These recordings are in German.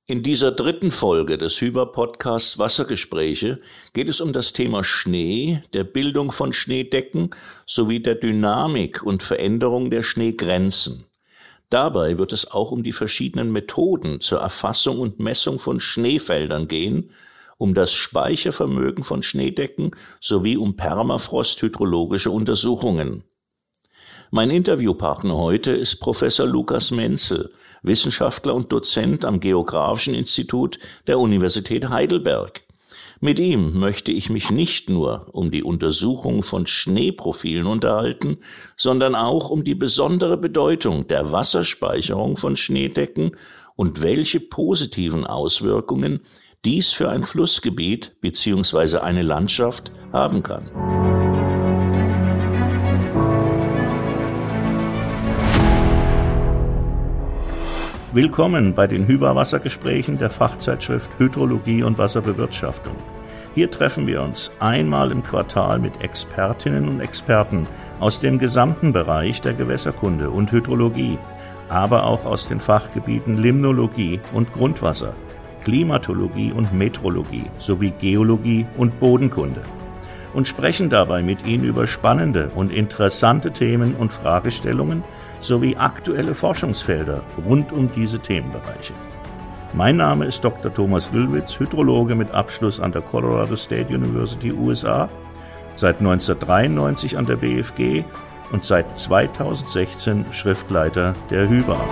In dieser dritten Folge des Hyva-Podcasts Wassergespräche geht es um das Thema Schnee, der Bildung von Schneedecken sowie der Dynamik und Veränderung der Schneegrenzen. Dabei wird es auch um die verschiedenen Methoden zur Erfassung und Messung von Schneefeldern gehen, um das Speichervermögen von Schneedecken sowie um permafrost-hydrologische Untersuchungen. Mein Interviewpartner heute ist Professor Lukas Menzel, Wissenschaftler und Dozent am Geographischen Institut der Universität Heidelberg. Mit ihm möchte ich mich nicht nur um die Untersuchung von Schneeprofilen unterhalten, sondern auch um die besondere Bedeutung der Wasserspeicherung von Schneedecken und welche positiven Auswirkungen dies für ein Flussgebiet bzw. eine Landschaft haben kann. Willkommen bei den Hyva-Wassergesprächen der Fachzeitschrift Hydrologie und Wasserbewirtschaftung. Hier treffen wir uns einmal im Quartal mit Expertinnen und Experten aus dem gesamten Bereich der Gewässerkunde und Hydrologie, aber auch aus den Fachgebieten Limnologie und Grundwasser, Klimatologie und Meteorologie sowie Geologie und Bodenkunde und sprechen dabei mit Ihnen über spannende und interessante Themen und Fragestellungen sowie aktuelle Forschungsfelder rund um diese Themenbereiche. Mein Name ist Dr. Thomas Lüllwitz, Hydrologe mit Abschluss an der Colorado State University, USA, seit 1993 an der BFG und seit 2016 Schriftleiter der Hyva.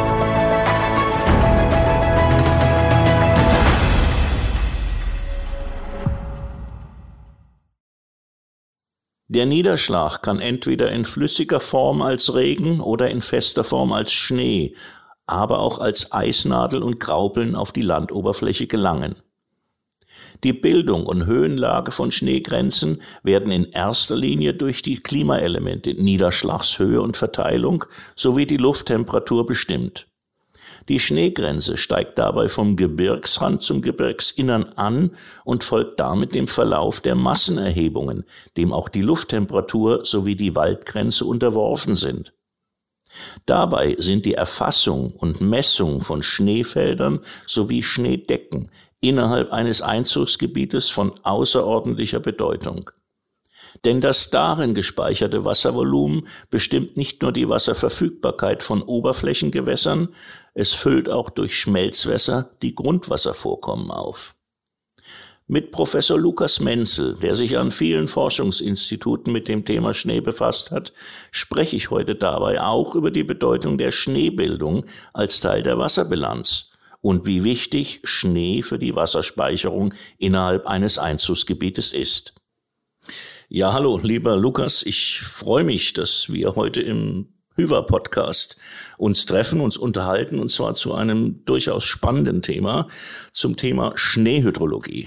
Der Niederschlag kann entweder in flüssiger Form als Regen oder in fester Form als Schnee, aber auch als Eisnadel und Graupeln auf die Landoberfläche gelangen. Die Bildung und Höhenlage von Schneegrenzen werden in erster Linie durch die Klimaelemente Niederschlagshöhe und Verteilung sowie die Lufttemperatur bestimmt. Die Schneegrenze steigt dabei vom Gebirgsrand zum Gebirgsinnern an und folgt damit dem Verlauf der Massenerhebungen, dem auch die Lufttemperatur sowie die Waldgrenze unterworfen sind. Dabei sind die Erfassung und Messung von Schneefeldern sowie Schneedecken innerhalb eines Einzugsgebietes von außerordentlicher Bedeutung. Denn das darin gespeicherte Wasservolumen bestimmt nicht nur die Wasserverfügbarkeit von Oberflächengewässern, es füllt auch durch Schmelzwässer die Grundwasservorkommen auf. Mit Professor Lukas Menzel, der sich an vielen Forschungsinstituten mit dem Thema Schnee befasst hat, spreche ich heute dabei auch über die Bedeutung der Schneebildung als Teil der Wasserbilanz und wie wichtig Schnee für die Wasserspeicherung innerhalb eines Einzugsgebietes ist. Ja, hallo, lieber Lukas, ich freue mich, dass wir heute im Hyva-Podcast uns treffen, uns unterhalten, und zwar zu einem durchaus spannenden Thema, zum Thema Schneehydrologie.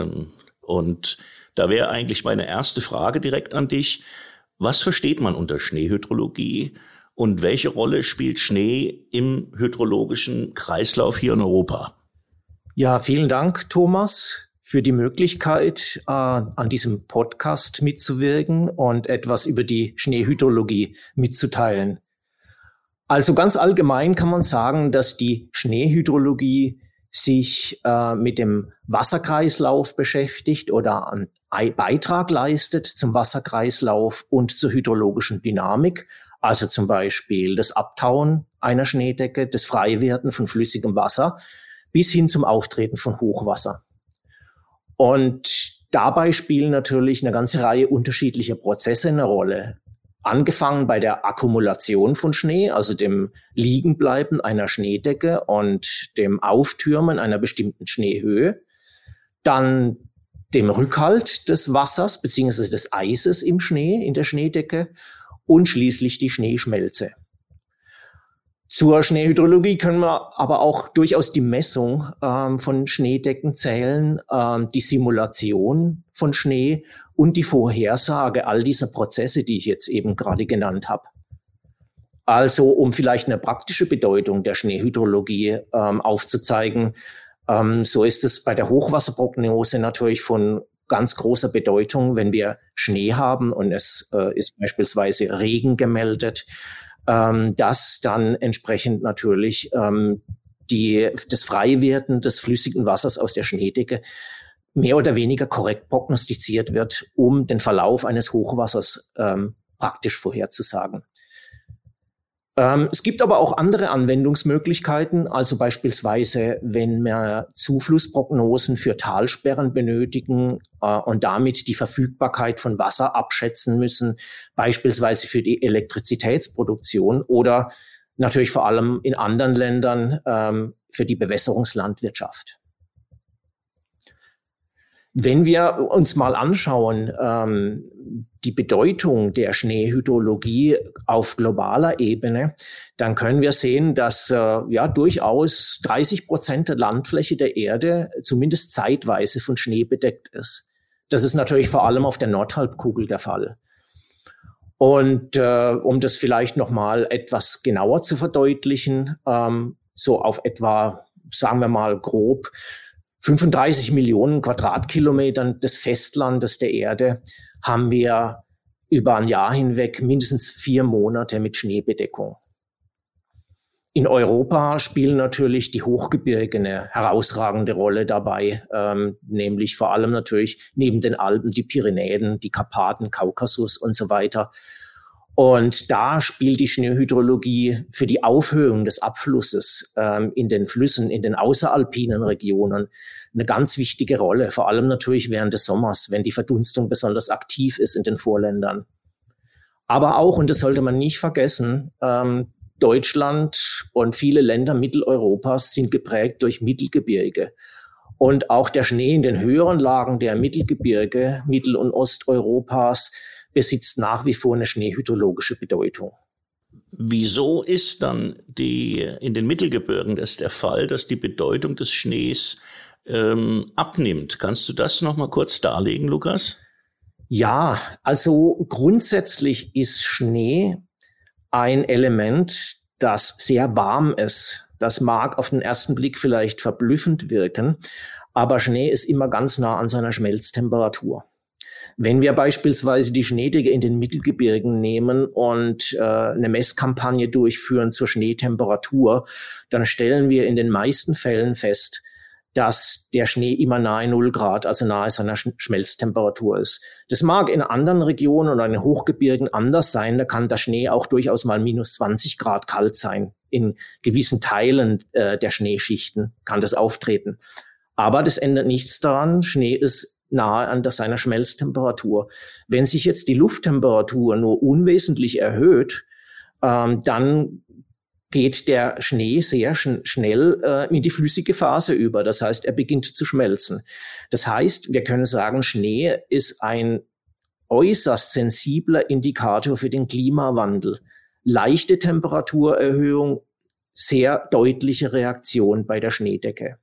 Und da wäre eigentlich meine erste Frage direkt an dich. Was versteht man unter Schneehydrologie und welche Rolle spielt Schnee im hydrologischen Kreislauf hier in Europa? Ja, vielen Dank, Thomas, für die Möglichkeit, an diesem Podcast mitzuwirken und etwas über die Schneehydrologie mitzuteilen. Also ganz allgemein kann man sagen, dass die Schneehydrologie sich mit dem Wasserkreislauf beschäftigt oder einen Beitrag leistet zum Wasserkreislauf und zur hydrologischen Dynamik, also zum Beispiel das Abtauen einer Schneedecke, das Freiwerden von flüssigem Wasser bis hin zum Auftreten von Hochwasser. Und dabei spielen natürlich eine ganze Reihe unterschiedlicher Prozesse eine Rolle. Angefangen bei der Akkumulation von Schnee, also dem Liegenbleiben einer Schneedecke und dem Auftürmen einer bestimmten Schneehöhe. Dann dem Rückhalt des Wassers bzw. des Eises im Schnee, in der Schneedecke. Und schließlich die Schneeschmelze. Zur Schneehydrologie können wir aber auch durchaus die Messung von Schneedecken zählen, die Simulation von Schnee und die Vorhersage all dieser Prozesse, die ich jetzt eben gerade genannt habe. Also um vielleicht eine praktische Bedeutung der Schneehydrologie aufzuzeigen, so ist es bei der Hochwasserprognose natürlich von ganz großer Bedeutung, wenn wir Schnee haben und es ist beispielsweise Regen gemeldet, dass dann entsprechend natürlich das Freiwerden des flüssigen Wassers aus der Schneedecke mehr oder weniger korrekt prognostiziert wird, um den Verlauf eines Hochwassers praktisch vorherzusagen. Es gibt aber auch andere Anwendungsmöglichkeiten, also beispielsweise, wenn wir Zuflussprognosen für Talsperren benötigen und damit die Verfügbarkeit von Wasser abschätzen müssen, beispielsweise für die Elektrizitätsproduktion oder natürlich vor allem in anderen Ländern für die Bewässerungslandwirtschaft. Wenn wir uns mal anschauen, die Bedeutung der Schneehydrologie auf globaler Ebene, dann können wir sehen, dass durchaus 30% der Landfläche der Erde zumindest zeitweise von Schnee bedeckt ist. Das ist natürlich vor allem auf der Nordhalbkugel der Fall. Und um das vielleicht noch mal etwas genauer zu verdeutlichen, so auf etwa, sagen wir mal grob, 35 Millionen Quadratkilometern des Festlandes der Erde haben wir über ein Jahr hinweg mindestens 4 Monate mit Schneebedeckung. In Europa spielen natürlich die Hochgebirge eine herausragende Rolle dabei, nämlich vor allem natürlich neben den Alpen die Pyrenäen, die Karpaten, Kaukasus und so weiter. Und da spielt die Schneehydrologie für die Aufhöhung des Abflusses in den Flüssen, in den außeralpinen Regionen eine ganz wichtige Rolle, vor allem natürlich während des Sommers, wenn die Verdunstung besonders aktiv ist in den Vorländern. Aber auch, und das sollte man nicht vergessen, Deutschland und viele Länder Mitteleuropas sind geprägt durch Mittelgebirge. Und auch der Schnee in den höheren Lagen der Mittelgebirge, Mittel- und Osteuropas, besitzt nach wie vor eine schneehydrologische Bedeutung. Wieso ist dann in den Mittelgebirgen das der Fall, dass die Bedeutung des Schnees abnimmt? Kannst du das noch mal kurz darlegen, Lukas? Ja, also grundsätzlich ist Schnee ein Element, das sehr warm ist. Das mag auf den ersten Blick vielleicht verblüffend wirken, aber Schnee ist immer ganz nah an seiner Schmelztemperatur. Wenn wir beispielsweise die Schneedecke in den Mittelgebirgen nehmen und eine Messkampagne durchführen zur Schneetemperatur, dann stellen wir in den meisten Fällen fest, dass der Schnee immer nahe 0 Grad, also nahe seiner Schmelztemperatur ist. Das mag in anderen Regionen oder in den Hochgebirgen anders sein. Da kann der Schnee auch durchaus mal minus 20 Grad kalt sein. In gewissen Teilen der Schneeschichten kann das auftreten. Aber das ändert nichts daran. Schnee ist nahe an seiner Schmelztemperatur. Wenn sich jetzt die Lufttemperatur nur unwesentlich erhöht, dann geht der Schnee sehr schnell in die flüssige Phase über. Das heißt, er beginnt zu schmelzen. Das heißt, wir können sagen, Schnee ist ein äußerst sensibler Indikator für den Klimawandel. Leichte Temperaturerhöhung, sehr deutliche Reaktion bei der Schneedecke.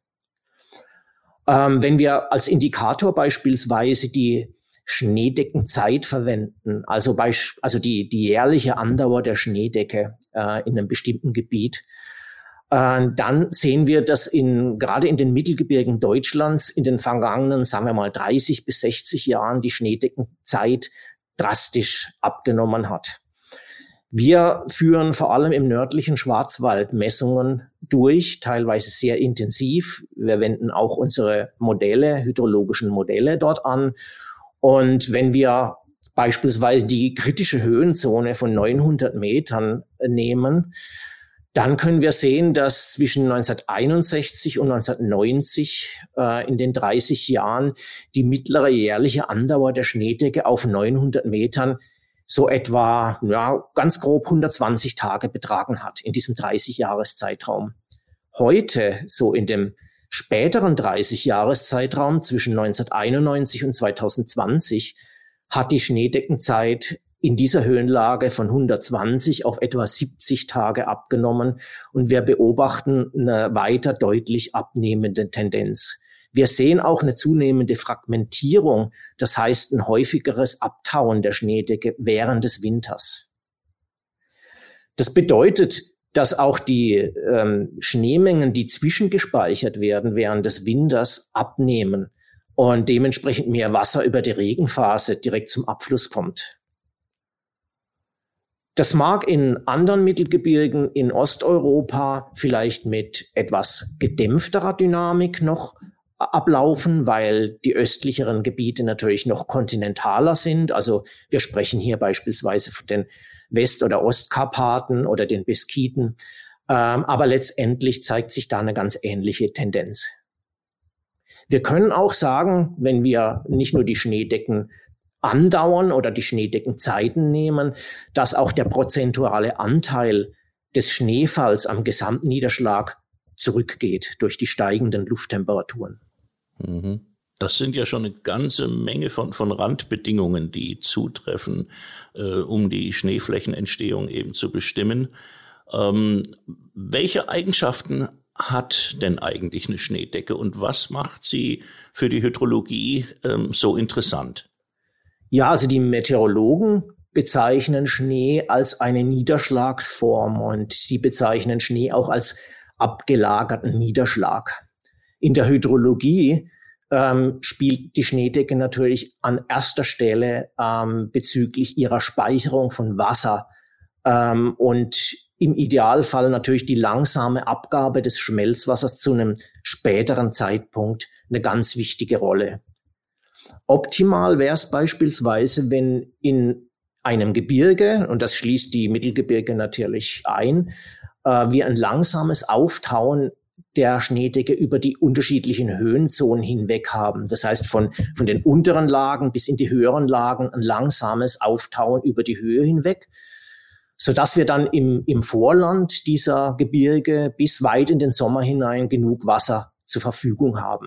Wenn wir als Indikator beispielsweise die Schneedeckenzeit verwenden, also die jährliche Andauer der Schneedecke in einem bestimmten Gebiet, dann sehen wir, dass gerade in den Mittelgebirgen Deutschlands in den vergangenen, sagen wir mal, 30 bis 60 Jahren die Schneedeckenzeit drastisch abgenommen hat. Wir führen vor allem im nördlichen Schwarzwald Messungen durch, teilweise sehr intensiv. Wir wenden auch unsere hydrologischen Modelle dort an. Und wenn wir beispielsweise die kritische Höhenzone von 900 Metern nehmen, dann können wir sehen, dass zwischen 1961 und 1990 in den 30 Jahren die mittlere jährliche Andauer der Schneedecke auf 900 Metern so etwa, ganz grob 120 Tage betragen hat in diesem 30-Jahres-Zeitraum. Heute, so in dem späteren 30-Jahres-Zeitraum zwischen 1991 und 2020, hat die Schneedeckenzeit in dieser Höhenlage von 120 auf etwa 70 Tage abgenommen und wir beobachten eine weiter deutlich abnehmende Tendenz. Wir sehen auch eine zunehmende Fragmentierung, das heißt ein häufigeres Abtauen der Schneedecke während des Winters. Das bedeutet, dass auch die Schneemengen, die zwischengespeichert werden während des Winters, abnehmen und dementsprechend mehr Wasser über die Regenphase direkt zum Abfluss kommt. Das mag in anderen Mittelgebirgen in Osteuropa vielleicht mit etwas gedämpfterer Dynamik noch ablaufen, weil die östlicheren Gebiete natürlich noch kontinentaler sind. Also wir sprechen hier beispielsweise von den West- oder Ostkarpaten oder den Beskiden. Aber letztendlich zeigt sich da eine ganz ähnliche Tendenz. Wir können auch sagen, wenn wir nicht nur die Schneedecken andauern oder die Schneedeckenzeiten nehmen, dass auch der prozentuale Anteil des Schneefalls am Gesamtniederschlag zurückgeht durch die steigenden Lufttemperaturen. Das sind ja schon eine ganze Menge von Randbedingungen, die zutreffen, um die Schneeflächenentstehung eben zu bestimmen. Welche Eigenschaften hat denn eigentlich eine Schneedecke und was macht sie für die Hydrologie so interessant? Ja, also die Meteorologen bezeichnen Schnee als eine Niederschlagsform und sie bezeichnen Schnee auch als abgelagerten Niederschlag. In der Hydrologie spielt die Schneedecke natürlich an erster Stelle bezüglich ihrer Speicherung von Wasser und im Idealfall natürlich die langsame Abgabe des Schmelzwassers zu einem späteren Zeitpunkt eine ganz wichtige Rolle. Optimal wäre es beispielsweise, wenn in einem Gebirge, und das schließt die Mittelgebirge natürlich ein, wir ein langsames Auftauen der Schneedecke über die unterschiedlichen Höhenzonen hinweg haben. Das heißt, von den unteren Lagen bis in die höheren Lagen ein langsames Auftauen über die Höhe hinweg, sodass wir dann im Vorland dieser Gebirge bis weit in den Sommer hinein genug Wasser zur Verfügung haben.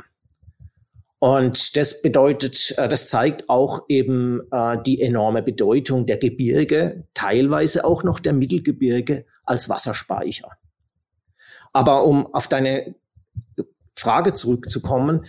Und das bedeutet, das zeigt auch eben die enorme Bedeutung der Gebirge, teilweise auch noch der Mittelgebirge als Wasserspeicher. Aber um auf deine Frage zurückzukommen,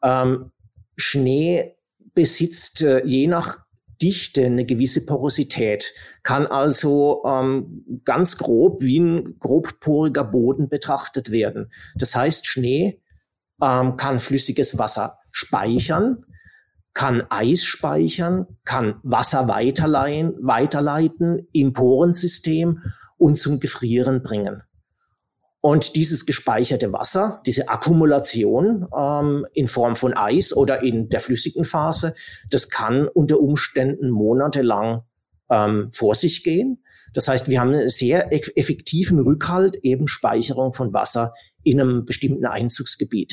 Schnee besitzt je nach Dichte eine gewisse Porosität, kann also ganz grob wie ein grobporiger Boden betrachtet werden. Das heißt, Schnee kann flüssiges Wasser speichern, kann Eis speichern, kann Wasser weiterleiten im Porensystem und zum Gefrieren bringen. Und dieses gespeicherte Wasser, diese Akkumulation in Form von Eis oder in der flüssigen Phase, das kann unter Umständen monatelang vor sich gehen. Das heißt, wir haben einen sehr effektiven Rückhalt, eben Speicherung von Wasser in einem bestimmten Einzugsgebiet.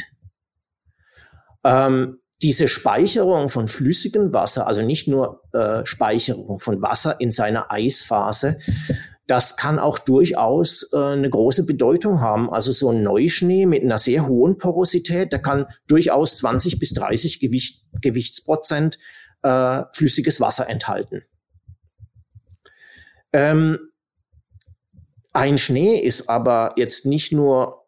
Diese Speicherung von flüssigem Wasser, also nicht nur Speicherung von Wasser in seiner Eisphase, das kann auch durchaus eine große Bedeutung haben. Also so ein Neuschnee mit einer sehr hohen Porosität, der kann durchaus 20 bis 30 Gewichtsprozent flüssiges Wasser enthalten. Ein Schnee ist aber jetzt nicht nur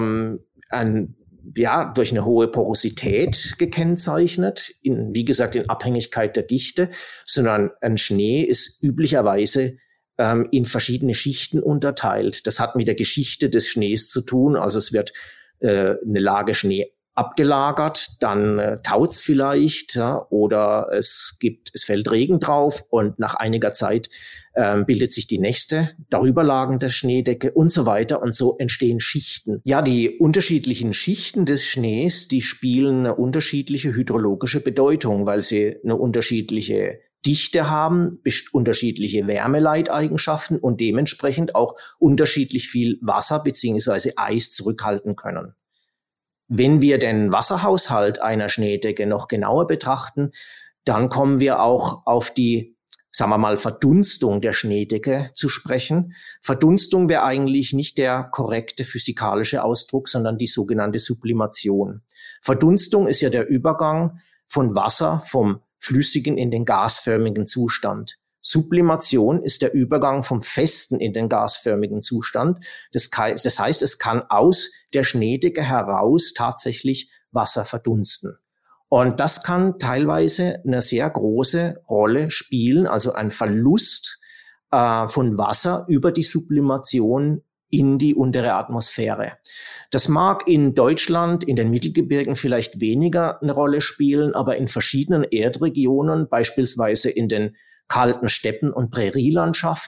durch eine hohe Porosität gekennzeichnet, wie gesagt in Abhängigkeit der Dichte, sondern ein Schnee ist üblicherweise in verschiedene Schichten unterteilt. Das hat mit der Geschichte des Schnees zu tun. Also es wird eine Lage Schnee abgelagert, dann taut's vielleicht, ja, oder es fällt Regen drauf und nach einiger Zeit bildet sich die nächste darüberlagende Schneedecke und so weiter, und so entstehen Schichten. Ja, die unterschiedlichen Schichten des Schnees, die spielen eine unterschiedliche hydrologische Bedeutung, weil sie eine unterschiedliche Dichte haben, unterschiedliche Wärmeleiteigenschaften und dementsprechend auch unterschiedlich viel Wasser bzw. Eis zurückhalten können. Wenn wir den Wasserhaushalt einer Schneedecke noch genauer betrachten, dann kommen wir auch auf die, sagen wir mal, Verdunstung der Schneedecke zu sprechen. Verdunstung wäre eigentlich nicht der korrekte physikalische Ausdruck, sondern die sogenannte Sublimation. Verdunstung ist ja der Übergang von Wasser vom flüssigen in den gasförmigen Zustand. Sublimation ist der Übergang vom festen in den gasförmigen Zustand. Das heißt, es kann aus der Schneedecke heraus tatsächlich Wasser verdunsten. Und das kann teilweise eine sehr große Rolle spielen, also ein Verlust von Wasser über die Sublimation in die untere Atmosphäre. Das mag in Deutschland, in den Mittelgebirgen vielleicht weniger eine Rolle spielen, aber in verschiedenen Erdregionen, beispielsweise in den kalten Steppen- und Prärielandschaften,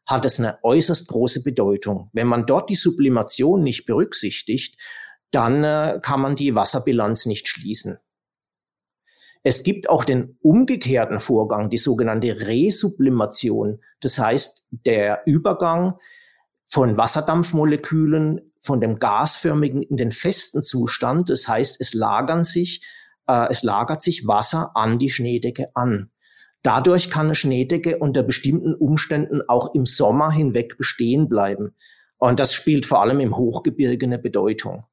hat es eine äußerst große Bedeutung. Wenn man dort die Sublimation nicht berücksichtigt, dann kann man die Wasserbilanz nicht schließen. Es gibt auch den umgekehrten Vorgang, die sogenannte Resublimation. Das heißt, der Übergang von Wasserdampfmolekülen von dem gasförmigen in den festen Zustand. Das heißt, es lagert sich Wasser an die Schneedecke an. Dadurch kann eine Schneedecke unter bestimmten Umständen auch im Sommer hinweg bestehen bleiben. Und das spielt vor allem im Hochgebirge eine Bedeutung.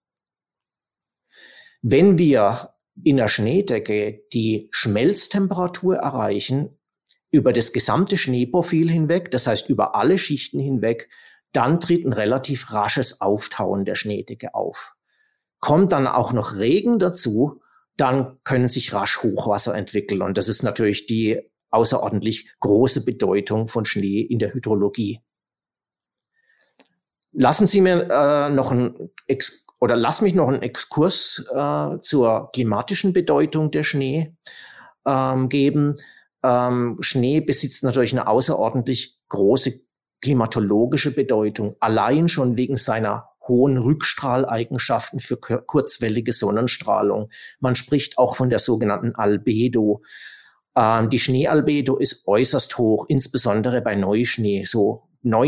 Wenn wir in der Schneedecke die Schmelztemperatur erreichen, über das gesamte Schneeprofil hinweg, das heißt über alle Schichten hinweg, dann tritt ein relativ rasches Auftauen der Schneedecke auf. Kommt dann auch noch Regen dazu, dann können sich rasch Hochwasser entwickeln. Und das ist natürlich die außerordentlich große Bedeutung von Schnee in der Hydrologie. Lass mich noch einen Exkurs zur klimatischen Bedeutung der Schnee geben. Schnee besitzt natürlich eine außerordentlich große klimatologische Bedeutung, allein schon wegen seiner hohen Rückstrahleigenschaften für kurzwellige Sonnenstrahlung. Man spricht auch von der sogenannten Albedo. Die Schneealbedo ist äußerst hoch, insbesondere bei Neuschnee. So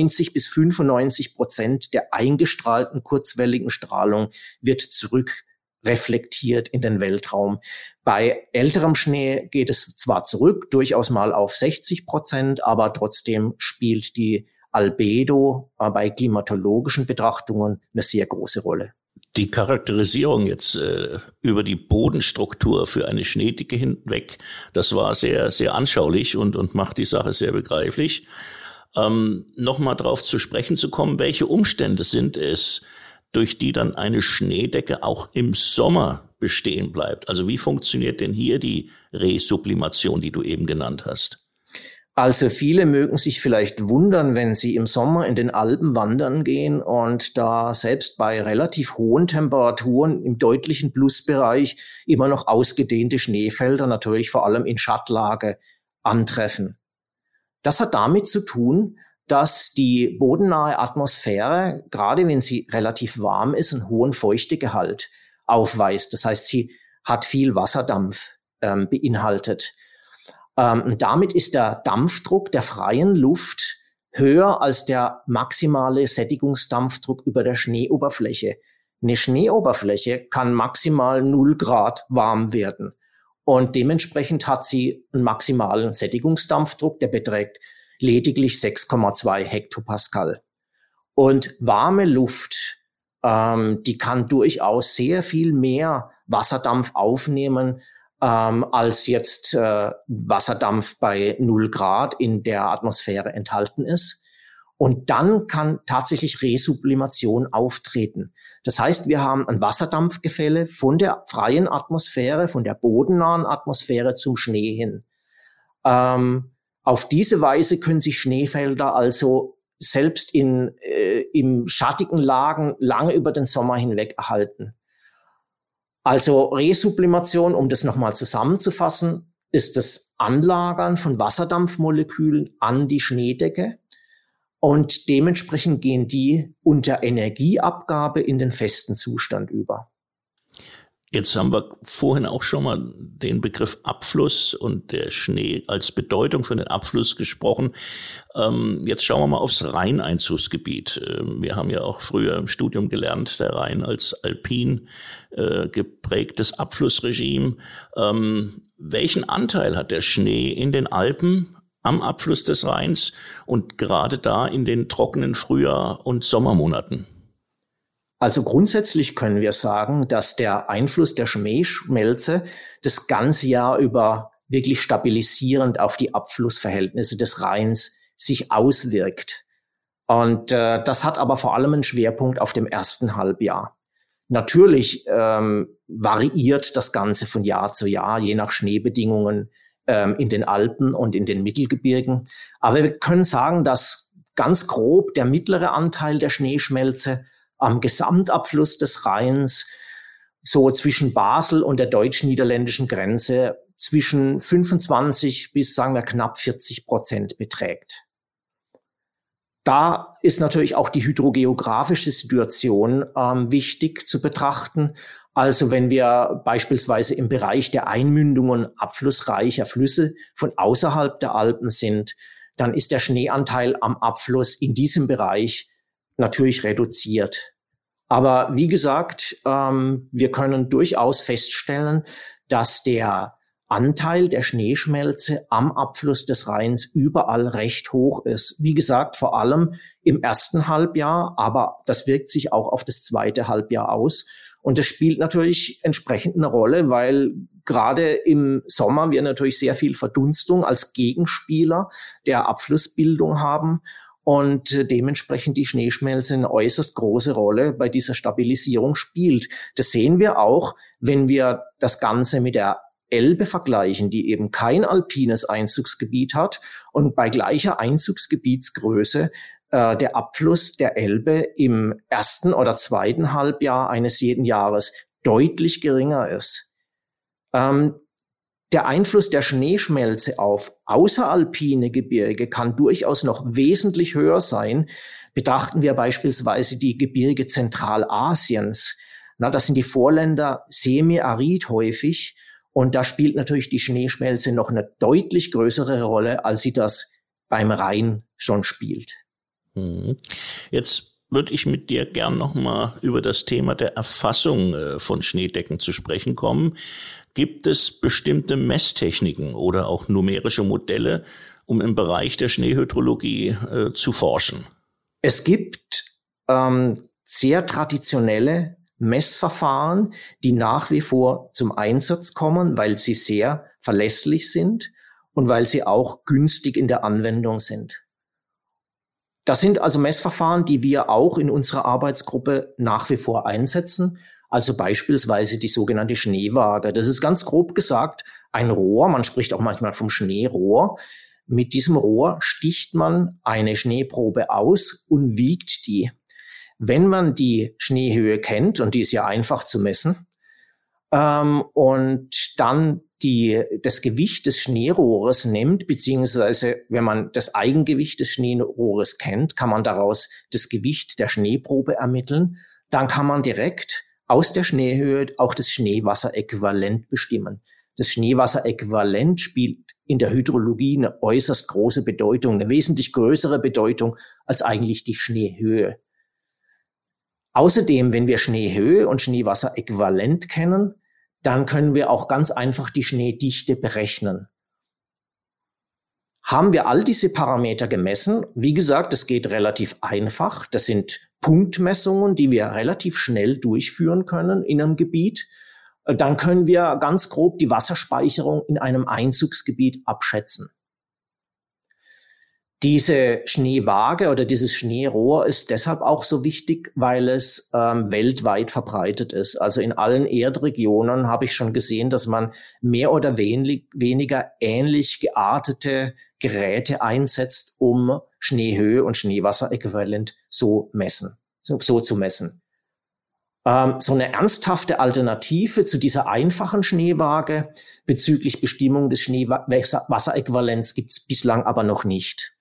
90-95% der eingestrahlten kurzwelligen Strahlung wird zurückreflektiert in den Weltraum. Bei älterem Schnee geht es zwar zurück, durchaus mal auf 60%, aber trotzdem spielt die Albedo bei klimatologischen Betrachtungen eine sehr große Rolle. Die Charakterisierung jetzt über die Bodenstruktur für eine Schneedecke hinweg, das war sehr, sehr anschaulich und macht die Sache sehr begreiflich. Nochmal drauf zu sprechen zu kommen, welche Umstände sind es, durch die dann eine Schneedecke auch im Sommer bestehen bleibt? Also wie funktioniert denn hier die Resublimation, die du eben genannt hast? Also viele mögen sich vielleicht wundern, wenn sie im Sommer in den Alpen wandern gehen und da selbst bei relativ hohen Temperaturen im deutlichen Plusbereich immer noch ausgedehnte Schneefelder, natürlich vor allem in Schattlage, antreffen. Das hat damit zu tun, dass die bodennahe Atmosphäre, gerade wenn sie relativ warm ist, einen hohen Feuchtegehalt aufweist. Das heißt, sie hat viel Wasserdampf beinhaltet. Und damit ist der Dampfdruck der freien Luft höher als der maximale Sättigungsdampfdruck über der Schneeoberfläche. Eine Schneeoberfläche kann maximal 0 Grad warm werden. Und dementsprechend hat sie einen maximalen Sättigungsdampfdruck, der beträgt lediglich 6,2 Hektopascal. Und warme Luft, die kann durchaus sehr viel mehr Wasserdampf aufnehmen, als jetzt Wasserdampf bei 0 Grad in der Atmosphäre enthalten ist. Und dann kann tatsächlich Resublimation auftreten. Das heißt, wir haben ein Wasserdampfgefälle von der freien Atmosphäre, von der bodennahen Atmosphäre zum Schnee hin. Auf diese Weise können sich Schneefelder also selbst im schattigen Lagen lange über den Sommer hinweg erhalten. Also Resublimation, um das nochmal zusammenzufassen, ist das Anlagern von Wasserdampfmolekülen an die Schneedecke und dementsprechend gehen die unter Energieabgabe in den festen Zustand über. Jetzt haben wir vorhin auch schon mal den Begriff Abfluss und der Schnee als Bedeutung für den Abfluss gesprochen. Jetzt schauen wir mal aufs Rheineinzugsgebiet. Wir haben ja auch früher im Studium gelernt, der Rhein als alpin geprägtes Abflussregime. Welchen Anteil hat der Schnee in den Alpen am Abfluss des Rheins und gerade da in den trockenen Frühjahr- und Sommermonaten? Also grundsätzlich können wir sagen, dass der Einfluss der Schneeschmelze das ganze Jahr über wirklich stabilisierend auf die Abflussverhältnisse des Rheins sich auswirkt. Und das hat aber vor allem einen Schwerpunkt auf dem ersten Halbjahr. Natürlich variiert das Ganze von Jahr zu Jahr, je nach Schneebedingungen in den Alpen und in den Mittelgebirgen. Aber wir können sagen, dass ganz grob der mittlere Anteil der Schneeschmelze am Gesamtabfluss des Rheins so zwischen Basel und der deutsch-niederländischen Grenze zwischen 25 bis, sagen wir, knapp 40% beträgt. Da ist natürlich auch die hydrogeografische Situation wichtig zu betrachten. Also wenn wir beispielsweise im Bereich der Einmündungen abflussreicher Flüsse von außerhalb der Alpen sind, dann ist der Schneeanteil am Abfluss in diesem Bereich natürlich reduziert. Aber wie gesagt, wir können durchaus feststellen, dass der Anteil der Schneeschmelze am Abfluss des Rheins überall recht hoch ist. Wie gesagt, vor allem im ersten Halbjahr, aber das wirkt sich auch auf das zweite Halbjahr aus. Und das spielt natürlich entsprechend eine Rolle, weil gerade im Sommer wir natürlich sehr viel Verdunstung als Gegenspieler der Abflussbildung haben und dementsprechend die Schneeschmelze eine äußerst große Rolle bei dieser Stabilisierung spielt. Das sehen wir auch, wenn wir das Ganze mit der Elbe vergleichen, die eben kein alpines Einzugsgebiet hat und bei gleicher Einzugsgebietsgröße der Abfluss der Elbe im ersten oder zweiten Halbjahr eines jeden Jahres deutlich geringer ist. Der Einfluss der Schneeschmelze auf außeralpine Gebirge kann durchaus noch wesentlich höher sein. Betrachten wir beispielsweise die Gebirge Zentralasiens. Das sind die Vorländer semi-arid häufig. Und da spielt natürlich die Schneeschmelze noch eine deutlich größere Rolle, als sie das beim Rhein schon spielt. Jetzt würde ich mit dir gern nochmal über das Thema der Erfassung von Schneedecken zu sprechen kommen. Gibt es bestimmte Messtechniken oder auch numerische Modelle, um im Bereich der Schneehydrologie zu forschen? Es gibt sehr traditionelle Messverfahren, die nach wie vor zum Einsatz kommen, weil sie sehr verlässlich sind und weil sie auch günstig in der Anwendung sind. Das sind also Messverfahren, die wir auch in unserer Arbeitsgruppe nach wie vor einsetzen, also beispielsweise die sogenannte Schneewaage. Das ist ganz grob gesagt ein Rohr, man spricht auch manchmal vom Schneerohr. Mit diesem Rohr sticht man eine Schneeprobe aus und wiegt die. Wenn man die Schneehöhe kennt, und die ist ja einfach zu messen, und dann das Gewicht des Schneerohres nimmt, beziehungsweise wenn man das Eigengewicht des Schneerohres kennt, kann man daraus das Gewicht der Schneeprobe ermitteln. Dann kann man direkt aus der Schneehöhe auch das Schneewasseräquivalent bestimmen. Das Schneewasseräquivalent spielt in der Hydrologie eine äußerst große Bedeutung, eine wesentlich größere Bedeutung als eigentlich die Schneehöhe. Außerdem, wenn wir Schneehöhe und Schneewasseräquivalent kennen, dann können wir auch ganz einfach die Schneedichte berechnen. Haben wir all diese Parameter gemessen? Wie gesagt, das geht relativ einfach. Das sind Punktmessungen, die wir relativ schnell durchführen können in einem Gebiet. Dann können wir ganz grob die Wasserspeicherung in einem Einzugsgebiet abschätzen. Diese Schneewaage oder dieses Schneerohr ist deshalb auch so wichtig, weil es weltweit verbreitet ist. Also in allen Erdregionen habe ich schon gesehen, dass man mehr oder weniger ähnlich geartete Geräte einsetzt, um Schneehöhe und Schneewasseräquivalent so zu messen. So eine ernsthafte Alternative zu dieser einfachen Schneewaage bezüglich Bestimmung des Schneewasseräquivalents gibt es bislang aber noch nicht.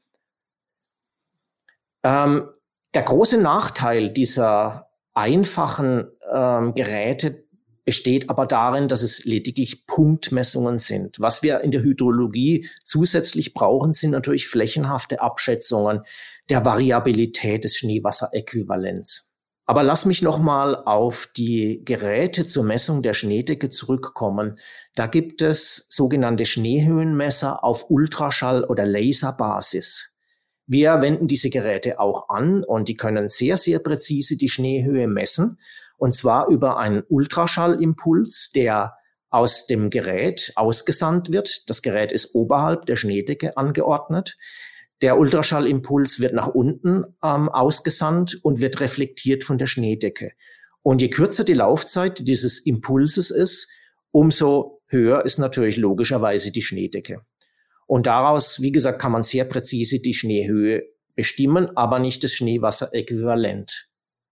Der große Nachteil dieser einfachen Geräte besteht aber darin, dass es lediglich Punktmessungen sind. Was wir in der Hydrologie zusätzlich brauchen, sind natürlich flächenhafte Abschätzungen der Variabilität des Schneewasseräquivalents. Aber lass mich nochmal auf die Geräte zur Messung der Schneedecke zurückkommen. Da gibt es sogenannte Schneehöhenmesser auf Ultraschall- oder Laserbasis. Wir wenden diese Geräte auch an und die können sehr, sehr präzise die Schneehöhe messen. Und zwar über einen Ultraschallimpuls, der aus dem Gerät ausgesandt wird. Das Gerät ist oberhalb der Schneedecke angeordnet. Der Ultraschallimpuls wird nach unten ausgesandt und wird reflektiert von der Schneedecke. Und je kürzer die Laufzeit dieses Impulses ist, umso höher ist natürlich logischerweise die Schneedecke. Und daraus, wie gesagt, kann man sehr präzise die Schneehöhe bestimmen, aber nicht das Schneewasseräquivalent.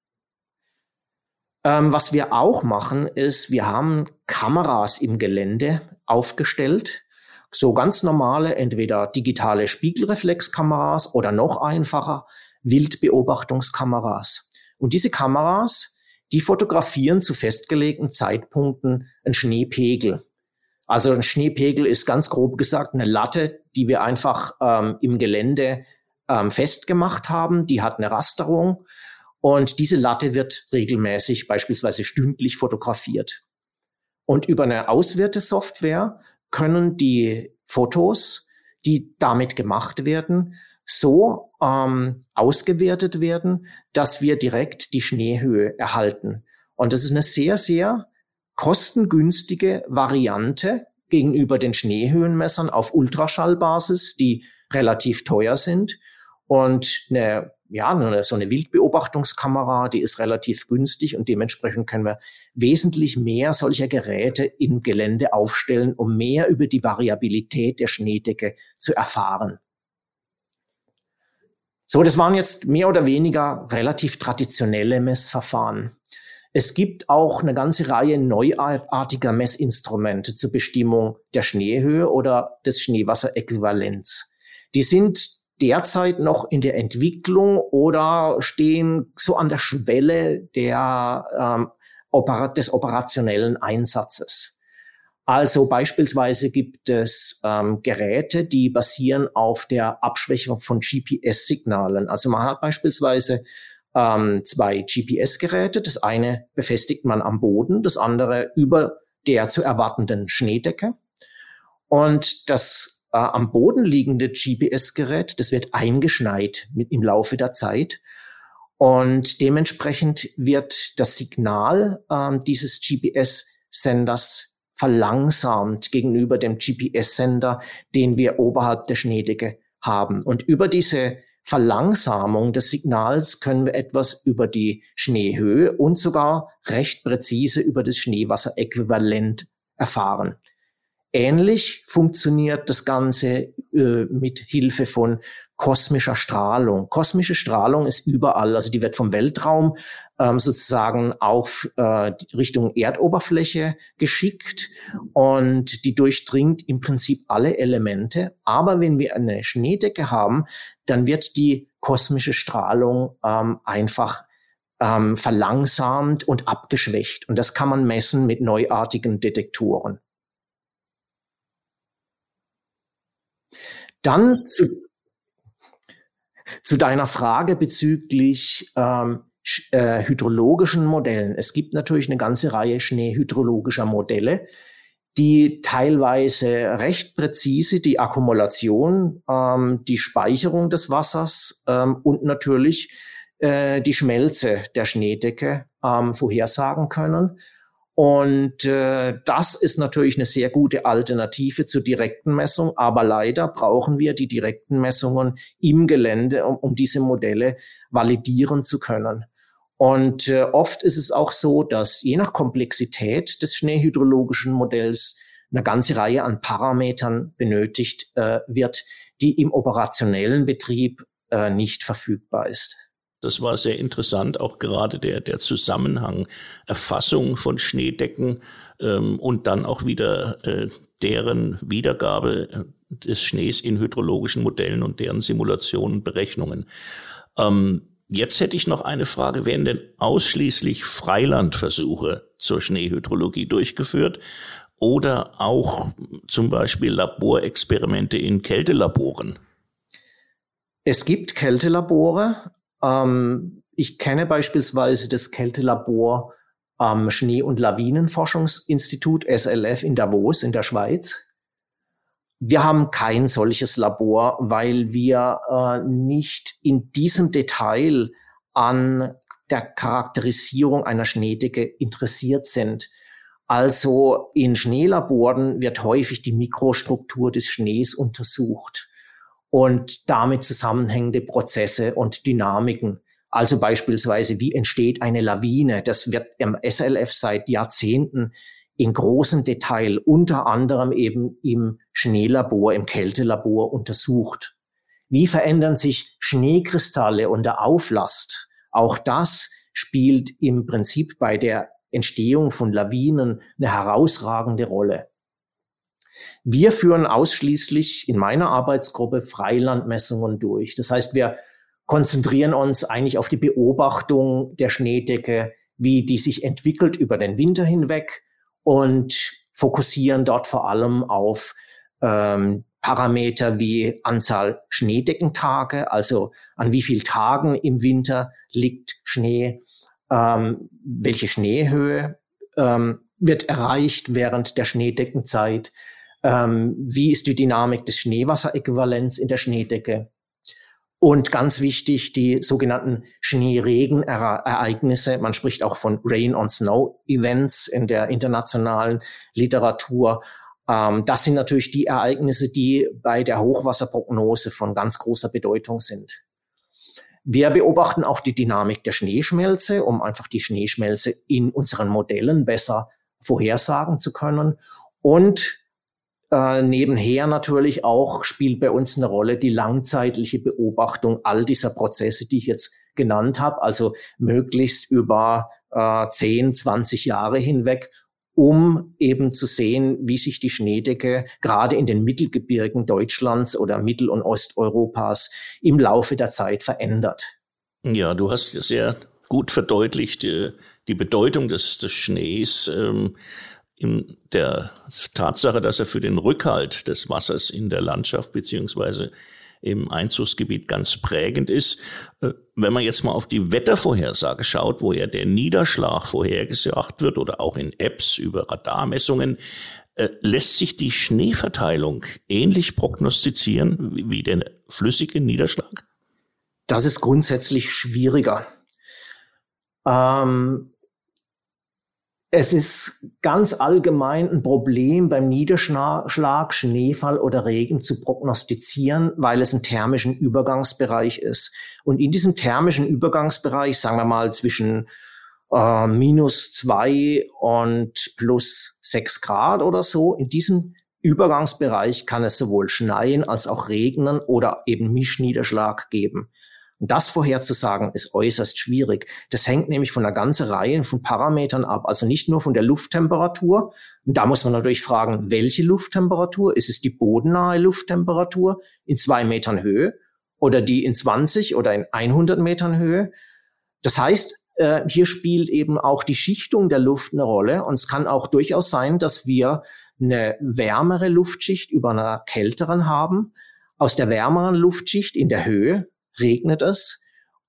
Was wir auch machen, ist, wir haben Kameras im Gelände aufgestellt. So ganz normale, entweder digitale Spiegelreflexkameras oder noch einfacher Wildbeobachtungskameras. Und diese Kameras, die fotografieren zu festgelegten Zeitpunkten einen Schneepegel. Also ein Schneepegel ist ganz grob gesagt eine Latte, die wir einfach im Gelände festgemacht haben. Die hat eine Rasterung und diese Latte wird regelmäßig, beispielsweise stündlich fotografiert. Und über eine Auswertesoftware können die Fotos, die damit gemacht werden, so ausgewertet werden, dass wir direkt die Schneehöhe erhalten. Und das ist eine sehr, sehr kostengünstige Variante gegenüber den Schneehöhenmessern auf Ultraschallbasis, die relativ teuer sind. Und so eine Wildbeobachtungskamera, die ist relativ günstig und dementsprechend können wir wesentlich mehr solcher Geräte im Gelände aufstellen, um mehr über die Variabilität der Schneedecke zu erfahren. So, das waren jetzt mehr oder weniger relativ traditionelle Messverfahren. Es gibt auch eine ganze Reihe neuartiger Messinstrumente zur Bestimmung der Schneehöhe oder des Schneewasseräquivalents. Die sind derzeit noch in der Entwicklung oder stehen so an der Schwelle des operationellen Einsatzes. Also beispielsweise gibt es Geräte, die basieren auf der Abschwächung von GPS-Signalen. Also man hat beispielsweise 2 GPS-Geräte. Das eine befestigt man am Boden, das andere über der zu erwartenden Schneedecke. Und das am Boden liegende GPS-Gerät, das wird eingeschneit im Laufe der Zeit. Und dementsprechend wird das Signal dieses GPS-Senders verlangsamt gegenüber dem GPS-Sender, den wir oberhalb der Schneedecke haben. Und über diese Verlangsamung des Signals können wir etwas über die Schneehöhe und sogar recht präzise über das Schneewasseräquivalent erfahren. Ähnlich funktioniert das Ganze mit Hilfe von kosmischer Strahlung. Kosmische Strahlung ist überall, also die wird vom Weltraum sozusagen auf Richtung Erdoberfläche geschickt und die durchdringt im Prinzip alle Elemente. Aber wenn wir eine Schneedecke haben, dann wird die kosmische Strahlung einfach verlangsamt und abgeschwächt. Und das kann man messen mit neuartigen Detektoren. Dann zu deiner Frage bezüglich hydrologischen Modellen. Es gibt natürlich eine ganze Reihe schneehydrologischer Modelle, die teilweise recht präzise die Akkumulation, die Speicherung des Wassers und natürlich die Schmelze der Schneedecke vorhersagen können. Und das ist natürlich eine sehr gute Alternative zur direkten Messung. Aber leider brauchen wir die direkten Messungen im Gelände, um diese Modelle validieren zu können. Und oft ist es auch so, dass je nach Komplexität des schneehydrologischen Modells eine ganze Reihe an Parametern benötigt wird, die im operationellen Betrieb nicht verfügbar ist. Das war sehr interessant, auch gerade der Zusammenhang, Erfassung von Schneedecken und dann auch wieder deren Wiedergabe des Schnees in hydrologischen Modellen und deren Simulationen und Berechnungen. Jetzt hätte ich noch eine Frage. Werden denn ausschließlich Freilandversuche zur Schneehydrologie durchgeführt oder auch zum Beispiel Laborexperimente in Kältelaboren? Es gibt Kältelabore. Ich kenne beispielsweise das Kältelabor am Schnee- und Lawinenforschungsinstitut SLF in Davos in der Schweiz. Wir haben kein solches Labor, weil wir nicht in diesem Detail an der Charakterisierung einer Schneedecke interessiert sind. Also in Schneelaboren wird häufig die Mikrostruktur des Schnees untersucht und damit zusammenhängende Prozesse und Dynamiken. Also beispielsweise, wie entsteht eine Lawine? Das wird im SLF seit Jahrzehnten in großem Detail, unter anderem eben im Schneelabor, im Kältelabor untersucht. Wie verändern sich Schneekristalle unter Auflast? Auch das spielt im Prinzip bei der Entstehung von Lawinen eine herausragende Rolle. Wir führen ausschließlich in meiner Arbeitsgruppe Freilandmessungen durch. Das heißt, wir konzentrieren uns eigentlich auf die Beobachtung der Schneedecke, wie die sich entwickelt über den Winter hinweg und fokussieren dort vor allem auf Parameter wie Anzahl Schneedeckentage, also an wie vielen Tagen im Winter liegt Schnee, welche Schneehöhe wird erreicht während der Schneedeckenzeit, wie ist die Dynamik des Schneewasseräquivalents in der Schneedecke und ganz wichtig die sogenannten Schneeregenereignisse. Man spricht auch von Rain-on-Snow-Events in der internationalen Literatur. Das sind natürlich die Ereignisse, die bei der Hochwasserprognose von ganz großer Bedeutung sind. Wir beobachten auch die Dynamik der Schneeschmelze, um einfach die Schneeschmelze in unseren Modellen besser vorhersagen zu können. Und nebenher natürlich auch spielt bei uns eine Rolle die langzeitliche Beobachtung all dieser Prozesse, die ich jetzt genannt habe, also möglichst über 10, 20 Jahre hinweg, um eben zu sehen, wie sich die Schneedecke gerade in den Mittelgebirgen Deutschlands oder Mittel- und Osteuropas im Laufe der Zeit verändert. Ja, du hast sehr gut verdeutlicht die Bedeutung des Schnees in der Tatsache, dass er für den Rückhalt des Wassers in der Landschaft beziehungsweise im Einzugsgebiet ganz prägend ist. Wenn man jetzt mal auf die Wettervorhersage schaut, wo ja der Niederschlag vorhergesagt wird oder auch in Apps über Radarmessungen, lässt sich die Schneeverteilung ähnlich prognostizieren wie der flüssige Niederschlag? Das ist grundsätzlich schwieriger. Es ist ganz allgemein ein Problem beim Niederschlag, Schneefall oder Regen zu prognostizieren, weil es ein thermischen Übergangsbereich ist. Und in diesem thermischen Übergangsbereich, sagen wir mal zwischen -2 und +6 Grad oder so, in diesem Übergangsbereich kann es sowohl schneien als auch regnen oder eben Mischniederschlag geben. Und das vorherzusagen ist äußerst schwierig. Das hängt nämlich von einer ganzen Reihe von Parametern ab. Also nicht nur von der Lufttemperatur. Und da muss man natürlich fragen, welche Lufttemperatur? Ist es die bodennahe Lufttemperatur in 2 Metern Höhe oder die in 20 oder in 100 Metern Höhe? Das heißt, hier spielt eben auch die Schichtung der Luft eine Rolle. Und es kann auch durchaus sein, dass wir eine wärmere Luftschicht über einer kälteren haben. Aus der wärmeren Luftschicht in der Höhe regnet es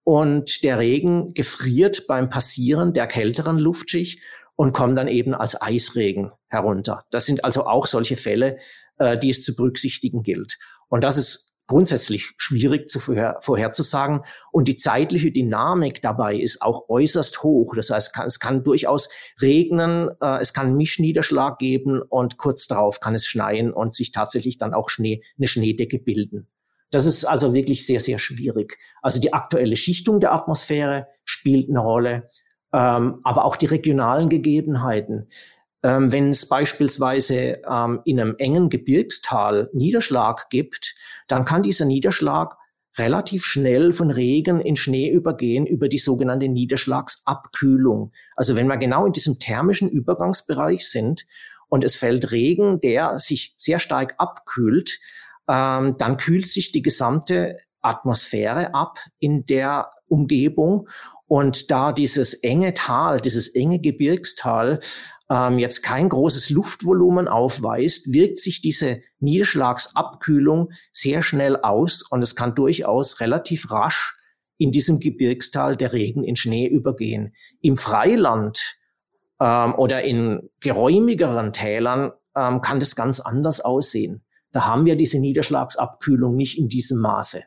und der Regen gefriert beim Passieren der kälteren Luftschicht und kommt dann eben als Eisregen herunter. Das sind also auch solche Fälle, die es zu berücksichtigen gilt. Und das ist grundsätzlich schwierig vorherzusagen. Und die zeitliche Dynamik dabei ist auch äußerst hoch. Das heißt, es kann durchaus regnen, es kann Mischniederschlag geben und kurz darauf kann es schneien und sich tatsächlich dann auch eine Schneedecke bilden. Das ist also wirklich sehr, sehr schwierig. Also die aktuelle Schichtung der Atmosphäre spielt eine Rolle, aber auch die regionalen Gegebenheiten. Wenn es beispielsweise in einem engen Gebirgstal Niederschlag gibt, dann kann dieser Niederschlag relativ schnell von Regen in Schnee übergehen über die sogenannte Niederschlagsabkühlung. Also wenn wir genau in diesem thermischen Übergangsbereich sind und es fällt Regen, der sich sehr stark abkühlt, dann kühlt sich die gesamte Atmosphäre ab in der Umgebung. Und da dieses enge Tal, dieses enge Gebirgstal jetzt kein großes Luftvolumen aufweist, wirkt sich diese Niederschlagsabkühlung sehr schnell aus. Und es kann durchaus relativ rasch in diesem Gebirgstal der Regen in Schnee übergehen. Im Freiland oder in geräumigeren Tälern kann das ganz anders aussehen. Da haben wir diese Niederschlagsabkühlung nicht in diesem Maße.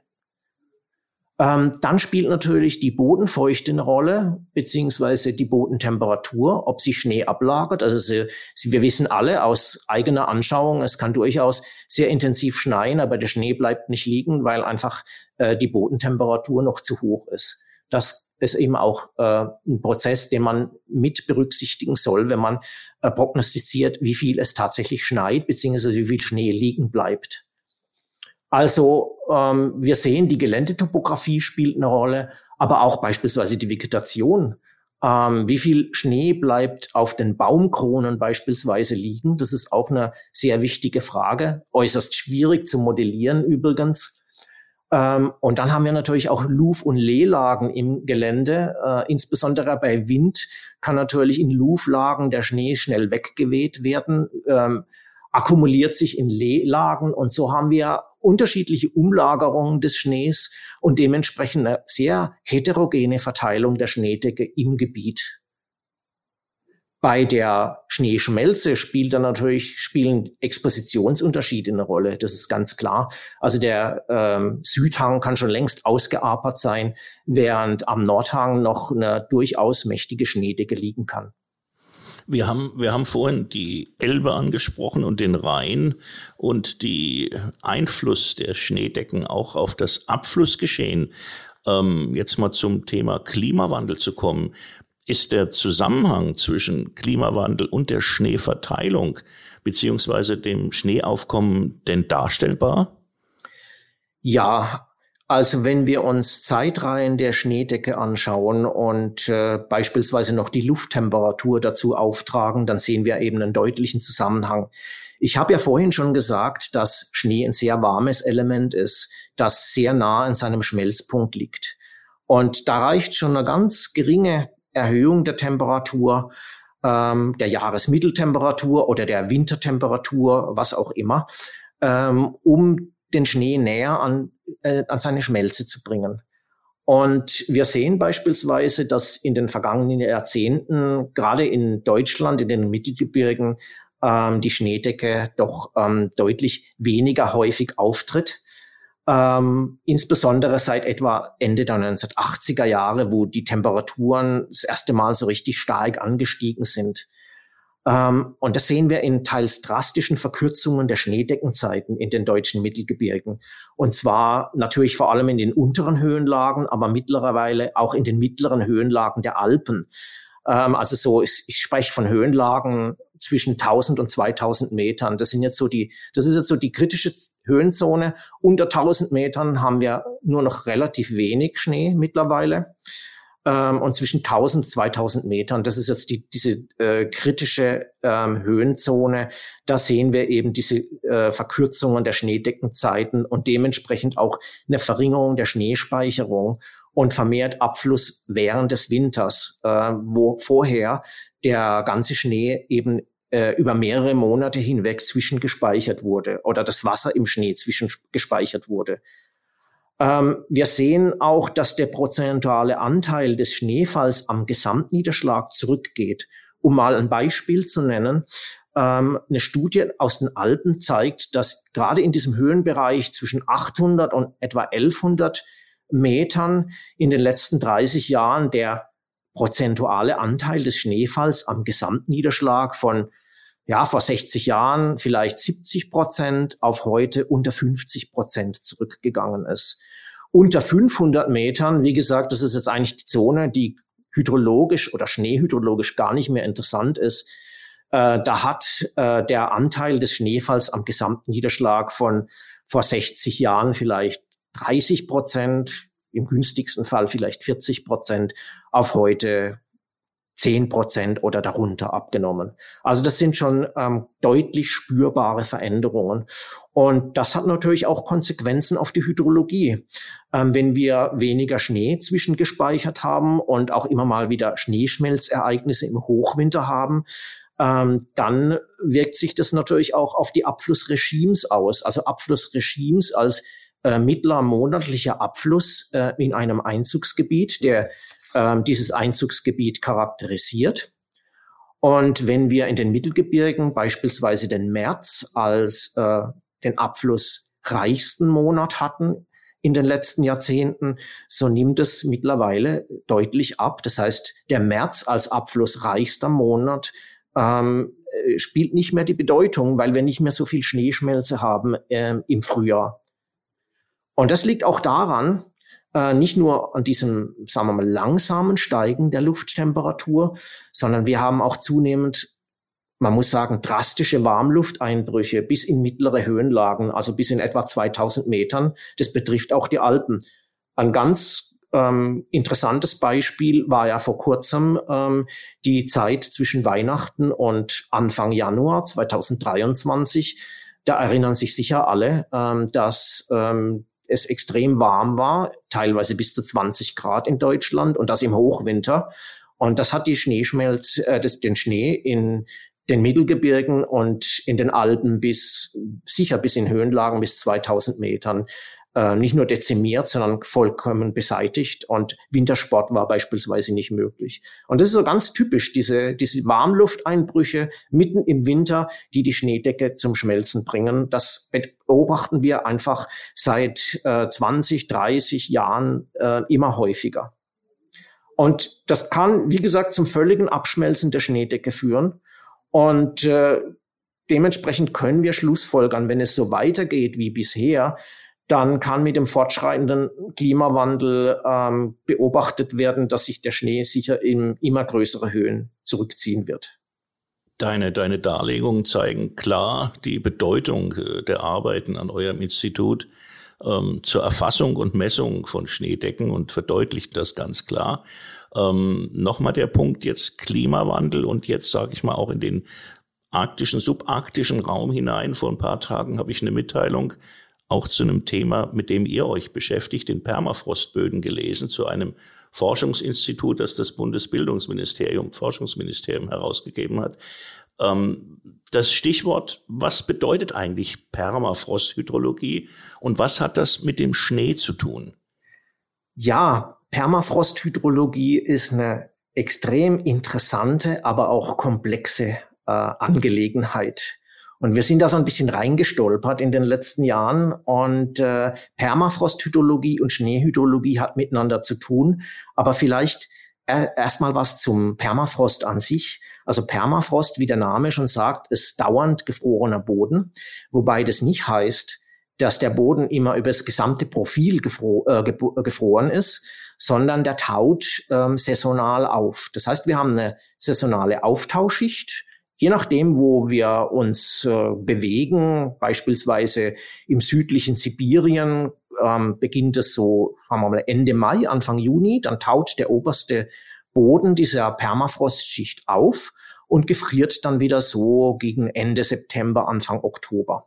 Dann spielt natürlich die Bodenfeuchte eine Rolle, beziehungsweise die Bodentemperatur, ob sich Schnee ablagert. Also wir wissen alle aus eigener Anschauung, es kann durchaus sehr intensiv schneien, aber der Schnee bleibt nicht liegen, weil einfach die Bodentemperatur noch zu hoch ist. Das ist eben auch ein Prozess, den man mit berücksichtigen soll, wenn man prognostiziert, wie viel es tatsächlich schneit, beziehungsweise wie viel Schnee liegen bleibt. Also wir sehen, die Geländetopographie spielt eine Rolle, aber auch beispielsweise die Vegetation. Wie viel Schnee bleibt auf den Baumkronen beispielsweise liegen? Das ist auch eine sehr wichtige Frage, äußerst schwierig zu modellieren übrigens. Und dann haben wir natürlich auch Luf- und Lehlagen im Gelände. Insbesondere bei Wind kann natürlich in Luflagen der Schnee schnell weggeweht werden, akkumuliert sich in Lehlagen. Und so haben wir unterschiedliche Umlagerungen des Schnees und dementsprechend eine sehr heterogene Verteilung der Schneedecke im Gebiet. Bei der Schneeschmelze spielen Expositionsunterschiede eine Rolle. Das ist ganz klar. Also der Südhang kann schon längst ausgeapert sein, während am Nordhang noch eine durchaus mächtige Schneedecke liegen kann. Wir haben vorhin die Elbe angesprochen und den Rhein und die Einfluss der Schneedecken auch auf das Abflussgeschehen. Jetzt mal zum Thema Klimawandel zu kommen. Ist der Zusammenhang zwischen Klimawandel und der Schneeverteilung beziehungsweise dem Schneeaufkommen denn darstellbar? Ja, also wenn wir uns Zeitreihen der Schneedecke anschauen und beispielsweise noch die Lufttemperatur dazu auftragen, dann sehen wir eben einen deutlichen Zusammenhang. Ich habe ja vorhin schon gesagt, dass Schnee ein sehr warmes Element ist, das sehr nah an seinem Schmelzpunkt liegt. Und da reicht schon eine ganz geringe Erhöhung der Temperatur, der Jahresmitteltemperatur oder der Wintertemperatur, was auch immer, um den Schnee näher an seine Schmelze zu bringen. Und wir sehen beispielsweise, dass in den vergangenen Jahrzehnten, gerade in Deutschland, in den Mittelgebirgen, die Schneedecke doch deutlich weniger häufig auftritt. Insbesondere seit etwa Ende der 1980er Jahre, wo die Temperaturen das erste Mal so richtig stark angestiegen sind. Und das sehen wir in teils drastischen Verkürzungen der Schneedeckenzeiten in den deutschen Mittelgebirgen. Und zwar natürlich vor allem in den unteren Höhenlagen, aber mittlerweile auch in den mittleren Höhenlagen der Alpen. Also so, ich spreche von Höhenlagen zwischen 1000 und 2000 Metern. Das ist jetzt so die kritische Höhenzone. Unter 1000 Metern haben wir nur noch relativ wenig Schnee mittlerweile. Und zwischen 1000 und 2000 Metern, das ist jetzt diese kritische Höhenzone. Da sehen wir eben diese Verkürzungen der Schneedeckenzeiten und dementsprechend auch eine Verringerung der Schneespeicherung und vermehrt Abfluss während des Winters, wo vorher der ganze Schnee eben über mehrere Monate hinweg zwischengespeichert wurde oder das Wasser im Schnee zwischengespeichert wurde. Wir sehen auch, dass der prozentuale Anteil des Schneefalls am Gesamtniederschlag zurückgeht. Um mal ein Beispiel zu nennen, eine Studie aus den Alpen zeigt, dass gerade in diesem Höhenbereich zwischen 800 und etwa 1100 Metern in den letzten 30 Jahren der prozentuale Anteil des Schneefalls am Gesamtniederschlag von vor 60 Jahren vielleicht 70% auf heute unter 50% zurückgegangen ist. Unter 500 Metern, wie gesagt, das ist jetzt eigentlich die Zone, die hydrologisch oder schneehydrologisch gar nicht mehr interessant ist. Da hat der Anteil des Schneefalls am Gesamtniederschlag von vor 60 Jahren vielleicht 30%, im günstigsten Fall vielleicht 40%, auf heute 10% oder darunter abgenommen. Also das sind schon deutlich spürbare Veränderungen. Und das hat natürlich auch Konsequenzen auf die Hydrologie. Wenn wir weniger Schnee zwischengespeichert haben und auch immer mal wieder Schneeschmelzereignisse im Hochwinter haben, dann wirkt sich das natürlich auch auf die Abflussregimes aus. Also Abflussregimes als mittlerer monatlicher Abfluss in einem Einzugsgebiet, der dieses Einzugsgebiet charakterisiert. Und wenn wir in den Mittelgebirgen beispielsweise den März als den abflussreichsten Monat hatten in den letzten Jahrzehnten, so nimmt es mittlerweile deutlich ab. Das heißt, der März als abflussreichster Monat spielt nicht mehr die Bedeutung, weil wir nicht mehr so viel Schneeschmelze haben im Frühjahr. Und das liegt auch daran, nicht nur an diesem, sagen wir mal, langsamen Steigen der Lufttemperatur, sondern wir haben auch zunehmend, man muss sagen, drastische Warmlufteinbrüche bis in mittlere Höhenlagen, also bis in etwa 2000 Metern. Das betrifft auch die Alpen. Ein ganz interessantes Beispiel war ja vor kurzem die Zeit zwischen Weihnachten und Anfang Januar 2023. Da erinnern sich sicher alle, dass es extrem warm war, teilweise bis zu 20 Grad in Deutschland und das im Hochwinter. Und das hat den Schnee in den Mittelgebirgen und in den Alpen sicher bis in Höhenlagen bis 2000 Metern nicht nur dezimiert, sondern vollkommen beseitigt. Und Wintersport war beispielsweise nicht möglich. Und das ist so ganz typisch, diese Warmlufteinbrüche mitten im Winter, die die Schneedecke zum Schmelzen bringen. Das beobachten wir einfach seit 20, 30 Jahren immer häufiger. Und das kann, wie gesagt, zum völligen Abschmelzen der Schneedecke führen. Und dementsprechend können wir schlussfolgern, wenn es so weitergeht wie bisher, dann kann mit dem fortschreitenden Klimawandel beobachtet werden, dass sich der Schnee sicher in immer größere Höhen zurückziehen wird. Deine Darlegungen zeigen klar die Bedeutung der Arbeiten an eurem Institut zur Erfassung und Messung von Schneedecken und verdeutlicht das ganz klar. Nochmal der Punkt jetzt Klimawandel und jetzt sage ich mal auch in den arktischen, subarktischen Raum hinein. Vor ein paar Tagen habe ich eine Mitteilung auch zu einem Thema, mit dem ihr euch beschäftigt, den Permafrostböden gelesen, zu einem Forschungsinstitut, das das Forschungsministerium herausgegeben hat. Das Stichwort, was bedeutet eigentlich Permafrosthydrologie und was hat das mit dem Schnee zu tun? Ja, Permafrosthydrologie ist eine extrem interessante, aber auch komplexe Angelegenheit. Und wir sind da so ein bisschen reingestolpert in den letzten Jahren. Und Permafrosthydrologie und Schneehydrologie hat miteinander zu tun. Aber vielleicht erstmal was zum Permafrost an sich. Also Permafrost, wie der Name schon sagt, ist dauernd gefrorener Boden. Wobei das nicht heißt, dass der Boden immer über das gesamte Profil gefroren ist, sondern der taut saisonal auf. Das heißt, wir haben eine saisonale Auftauschschicht. Je nachdem, wo wir uns bewegen, beispielsweise im südlichen Sibirien, beginnt es so, sagen wir mal, Ende Mai, Anfang Juni, dann taut der oberste Boden dieser Permafrostschicht auf und gefriert dann wieder so gegen Ende September, Anfang Oktober.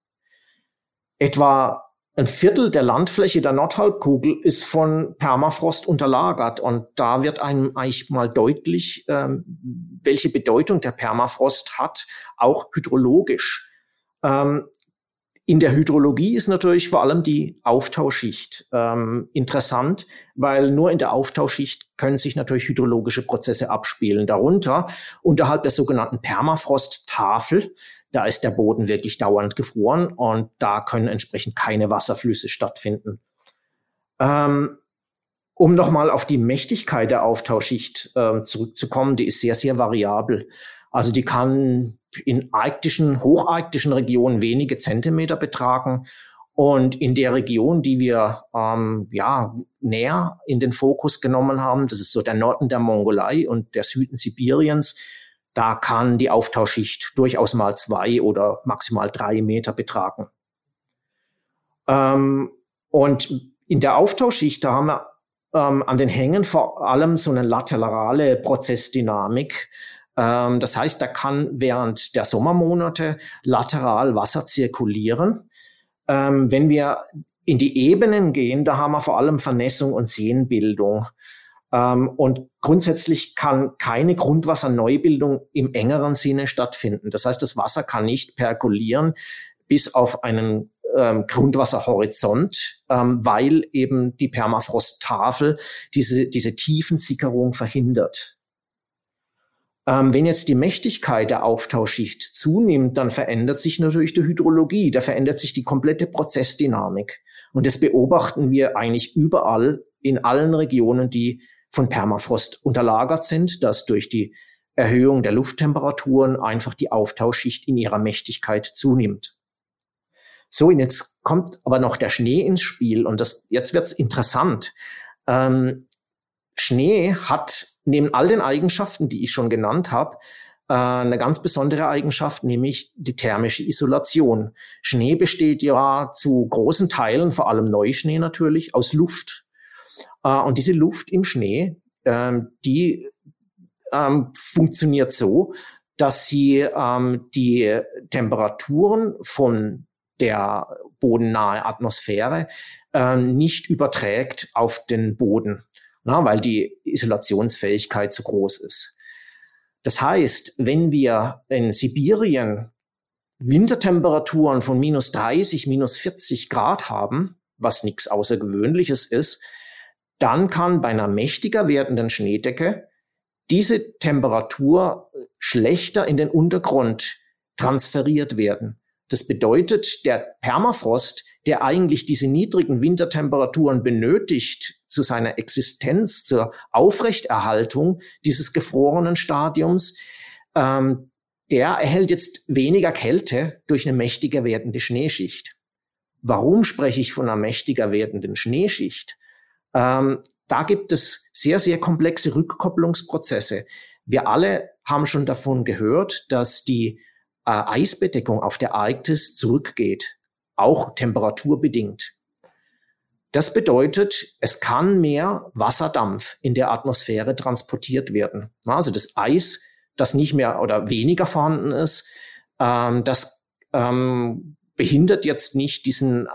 Etwa ein Viertel der Landfläche der Nordhalbkugel ist von Permafrost unterlagert und da wird einem eigentlich mal deutlich, welche Bedeutung der Permafrost hat, auch hydrologisch. In der Hydrologie ist natürlich vor allem die Auftauschschicht interessant, weil nur in der Auftauschschicht können sich natürlich hydrologische Prozesse abspielen. Darunter unterhalb der sogenannten Permafrosttafel, da ist der Boden wirklich dauernd gefroren und da können entsprechend keine Wasserflüsse stattfinden. Um nochmal auf die Mächtigkeit der Auftauschschicht zurückzukommen, die ist sehr, sehr variabel. Also die kann in hocharktischen Regionen wenige Zentimeter betragen. Und in der Region, die wir näher in den Fokus genommen haben, das ist so der Norden der Mongolei und der Süden Sibiriens, da kann die Auftauschschicht durchaus mal 2 oder maximal 3 Meter betragen. Und in der Auftauschschicht, da haben wir an den Hängen vor allem so eine laterale Prozessdynamik. Das heißt, da kann während der Sommermonate lateral Wasser zirkulieren. Wenn wir in die Ebenen gehen, da haben wir vor allem Vernässung und Seenbildung. Und grundsätzlich kann keine Grundwasserneubildung im engeren Sinne stattfinden. Das heißt, das Wasser kann nicht perkolieren bis auf einen Grundwasserhorizont, weil eben die Permafrosttafel diese Tiefensickerung verhindert. Wenn jetzt die Mächtigkeit der Auftauschschicht zunimmt, dann verändert sich natürlich die Hydrologie, da verändert sich die komplette Prozessdynamik. Und das beobachten wir eigentlich überall in allen Regionen, die von Permafrost unterlagert sind, dass durch die Erhöhung der Lufttemperaturen einfach die Auftauschschicht in ihrer Mächtigkeit zunimmt. So, und jetzt kommt aber noch der Schnee ins Spiel und jetzt wird's interessant. Schnee hat neben all den Eigenschaften, die ich schon genannt habe, eine ganz besondere Eigenschaft, nämlich die thermische Isolation. Schnee besteht ja zu großen Teilen, vor allem Neuschnee natürlich, aus Luft. Und diese Luft im Schnee, die funktioniert so, dass sie die Temperaturen von der bodennahe Atmosphäre nicht überträgt auf den Boden, weil die Isolationsfähigkeit zu groß ist. Das heißt, wenn wir in Sibirien Wintertemperaturen von minus 30, minus 40 Grad haben, was nichts Außergewöhnliches ist, dann kann bei einer mächtiger werdenden Schneedecke diese Temperatur schlechter in den Untergrund transferiert werden. Das bedeutet, der Permafrost, der eigentlich diese niedrigen Wintertemperaturen benötigt zu seiner Existenz, zur Aufrechterhaltung dieses gefrorenen Stadiums, der erhält jetzt weniger Kälte durch eine mächtiger werdende Schneeschicht. Warum spreche ich von einer mächtiger werdenden Schneeschicht? Da gibt es sehr, sehr komplexe Rückkopplungsprozesse. Wir alle haben schon davon gehört, dass die Eisbedeckung auf der Arktis zurückgeht, auch temperaturbedingt. Das bedeutet, es kann mehr Wasserdampf in der Atmosphäre transportiert werden. Also das Eis, das nicht mehr oder weniger vorhanden ist, das behindert jetzt nicht diese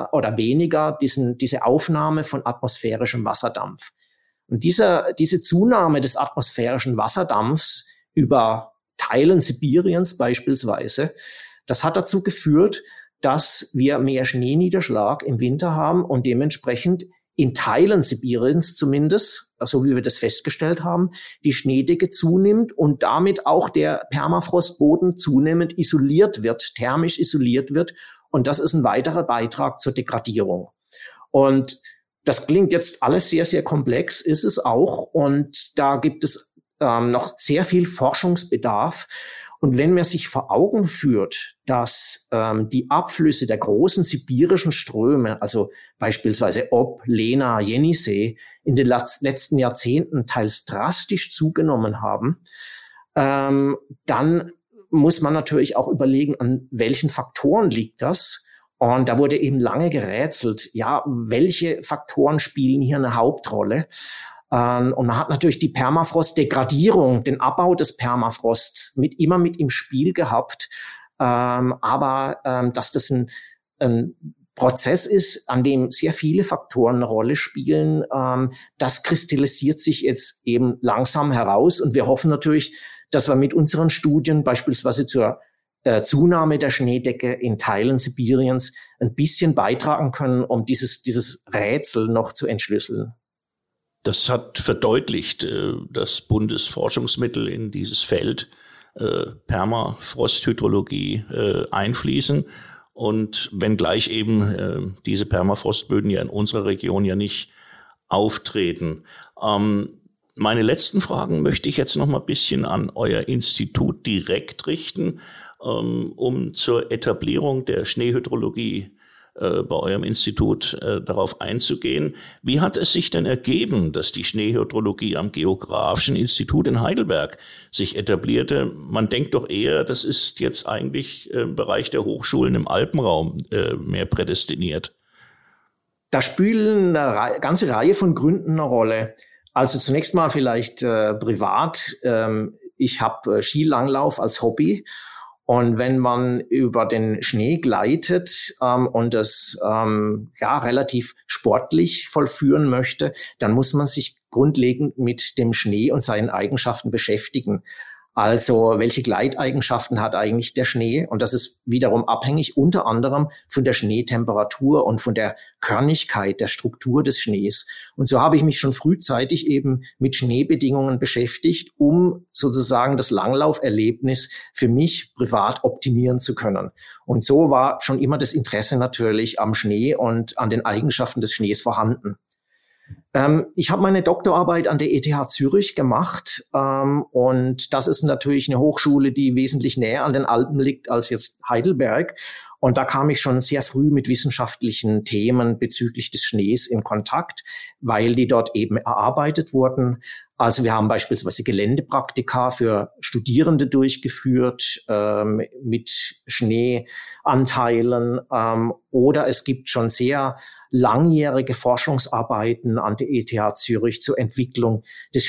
Aufnahme von atmosphärischem Wasserdampf. Und diese Zunahme des atmosphärischen Wasserdampfs über Teilen Sibiriens beispielsweise, das hat dazu geführt, dass wir mehr Schneeniederschlag im Winter haben und dementsprechend in Teilen Sibiriens zumindest, so wie wir das festgestellt haben, die Schneedecke zunimmt und damit auch der Permafrostboden zunehmend isoliert wird, thermisch isoliert wird. Und das ist ein weiterer Beitrag zur Degradierung. Und das klingt jetzt alles sehr, sehr komplex, ist es auch. Und da gibt es noch sehr viel Forschungsbedarf. Und wenn man sich vor Augen führt, dass die Abflüsse der großen sibirischen Ströme, also beispielsweise Ob, Lena, Jenisej, in den letzten Jahrzehnten teils drastisch zugenommen haben, dann muss man natürlich auch überlegen, an welchen Faktoren liegt das. Und da wurde eben lange gerätselt, ja, welche Faktoren spielen hier eine Hauptrolle? Und man hat natürlich die Permafrostdegradierung, den Abbau des Permafrosts immer mit im Spiel gehabt. Aber dass das ein Prozess ist, an dem sehr viele Faktoren eine Rolle spielen, das kristallisiert sich jetzt eben langsam heraus. Und wir hoffen natürlich, dass wir mit unseren Studien beispielsweise zur Zunahme der Schneedecke in Teilen Sibiriens ein bisschen beitragen können, um dieses Rätsel noch zu entschlüsseln. Das hat verdeutlicht, dass Bundesforschungsmittel in dieses Feld Permafrosthydrologie einfließen. Und wenngleich eben diese Permafrostböden ja in unserer Region ja nicht auftreten. Meine letzten Fragen möchte ich jetzt noch mal ein bisschen an euer Institut direkt richten, um zur Etablierung der Schneehydrologie bei eurem Institut darauf einzugehen. Wie hat es sich denn ergeben, dass die Schneehydrologie am Geographischen Institut in Heidelberg sich etablierte? Man denkt doch eher, das ist jetzt eigentlich im Bereich der Hochschulen im Alpenraum mehr prädestiniert. Da spielen eine ganze Reihe von Gründen eine Rolle. Also zunächst mal vielleicht privat. Ich habe Skilanglauf als Hobby. Und wenn man über den Schnee gleitet und es relativ sportlich vollführen möchte, dann muss man sich grundlegend mit dem Schnee und seinen Eigenschaften beschäftigen. Also welche Gleiteigenschaften hat eigentlich der Schnee? Und das ist wiederum abhängig unter anderem von der Schneetemperatur und von der Körnigkeit, der Struktur des Schnees. Und so habe ich mich schon frühzeitig eben mit Schneebedingungen beschäftigt, um sozusagen das Langlauferlebnis für mich privat optimieren zu können. Und so war schon immer das Interesse natürlich am Schnee und an den Eigenschaften des Schnees vorhanden. Ich habe meine Doktorarbeit an der ETH Zürich gemacht und das ist natürlich eine Hochschule, die wesentlich näher an den Alpen liegt als jetzt Heidelberg. Und da kam ich schon sehr früh mit wissenschaftlichen Themen bezüglich des Schnees in Kontakt, weil die dort eben erarbeitet wurden. Also wir haben beispielsweise Geländepraktika für Studierende durchgeführt mit Schneeanteilen oder es gibt schon sehr langjährige Forschungsarbeiten an der ETH Zürich zur Entwicklung des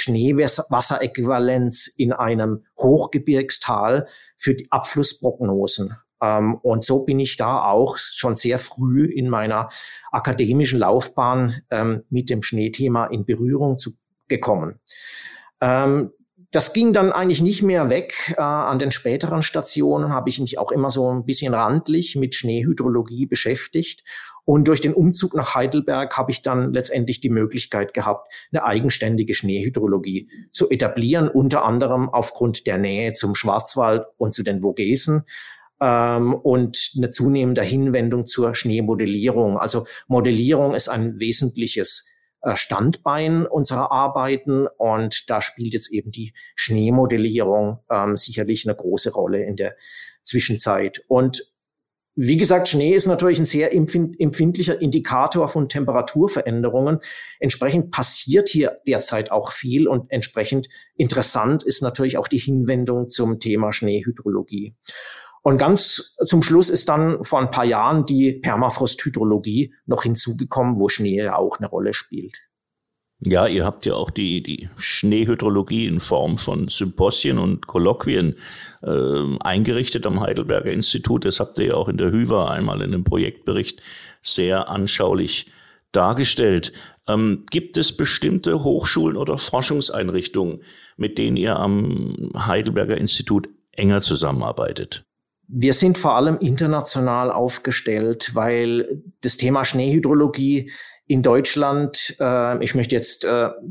Schneewasseräquivalents in einem Hochgebirgstal für die Abflussprognosen. Und so bin ich da auch schon sehr früh in meiner akademischen Laufbahn mit dem Schneethema in Berührung gekommen. Das ging dann eigentlich nicht mehr weg. An den späteren Stationen habe ich mich auch immer so ein bisschen randlich mit Schneehydrologie beschäftigt. Und durch den Umzug nach Heidelberg habe ich dann letztendlich die Möglichkeit gehabt, eine eigenständige Schneehydrologie zu etablieren, unter anderem aufgrund der Nähe zum Schwarzwald und zu den Vogesen und eine zunehmende Hinwendung zur Schneemodellierung. Also Modellierung ist ein wesentliches Standbein unserer Arbeiten und da spielt jetzt eben die Schneemodellierung sicherlich eine große Rolle in der Zwischenzeit. Und wie gesagt, Schnee ist natürlich ein sehr empfindlicher Indikator von Temperaturveränderungen. Entsprechend passiert hier derzeit auch viel und entsprechend interessant ist natürlich auch die Hinwendung zum Thema Schneehydrologie. Und ganz zum Schluss ist dann vor ein paar Jahren die Permafrosthydrologie noch hinzugekommen, wo Schnee ja auch eine Rolle spielt. Ja, ihr habt ja auch die Schneehydrologie in Form von Symposien und Kolloquien eingerichtet am Heidelberger Institut. Das habt ihr ja auch in der HYWA einmal in einem Projektbericht sehr anschaulich dargestellt. Gibt es bestimmte Hochschulen oder Forschungseinrichtungen, mit denen ihr am Heidelberger Institut enger zusammenarbeitet? Wir sind vor allem international aufgestellt, weil das Thema Schneehydrologie in Deutschland, ich möchte jetzt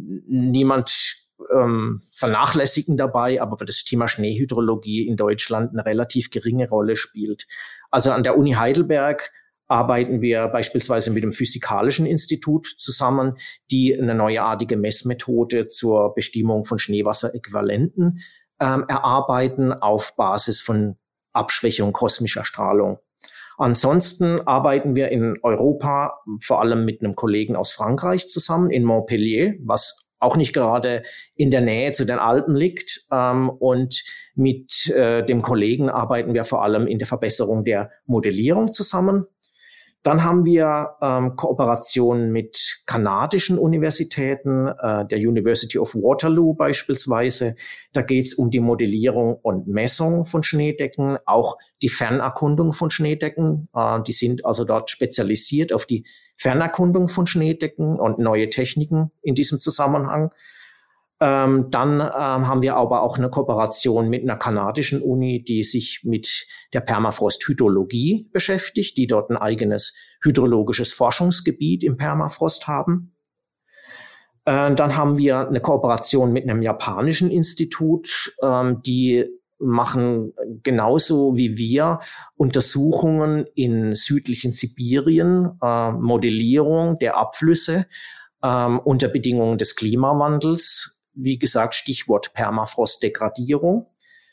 niemand vernachlässigen dabei, aber das Thema Schneehydrologie in Deutschland eine relativ geringe Rolle spielt. Also an der Uni Heidelberg arbeiten wir beispielsweise mit dem Physikalischen Institut zusammen, die eine neuartige Messmethode zur Bestimmung von Schneewasseräquivalenten erarbeiten auf Basis von Abschwächung kosmischer Strahlung. Ansonsten arbeiten wir in Europa vor allem mit einem Kollegen aus Frankreich zusammen in Montpellier, was auch nicht gerade in der Nähe zu den Alpen liegt. Und mit dem Kollegen arbeiten wir vor allem in der Verbesserung der Modellierung zusammen. Dann haben wir Kooperationen mit kanadischen Universitäten, der University of Waterloo beispielsweise. Da geht es um die Modellierung und Messung von Schneedecken, auch die Fernerkundung von Schneedecken. Die sind also dort spezialisiert auf die Fernerkundung von Schneedecken und neue Techniken in diesem Zusammenhang. Dann haben wir aber auch eine Kooperation mit einer kanadischen Uni, die sich mit der Permafrosthydrologie beschäftigt, die dort ein eigenes hydrologisches Forschungsgebiet im Permafrost haben. Dann haben wir eine Kooperation mit einem japanischen Institut, die machen genauso wie wir Untersuchungen in südlichen Sibirien, Modellierung der Abflüsse unter Bedingungen des Klimawandels. Wie gesagt, Stichwort Permafrostdegradierung.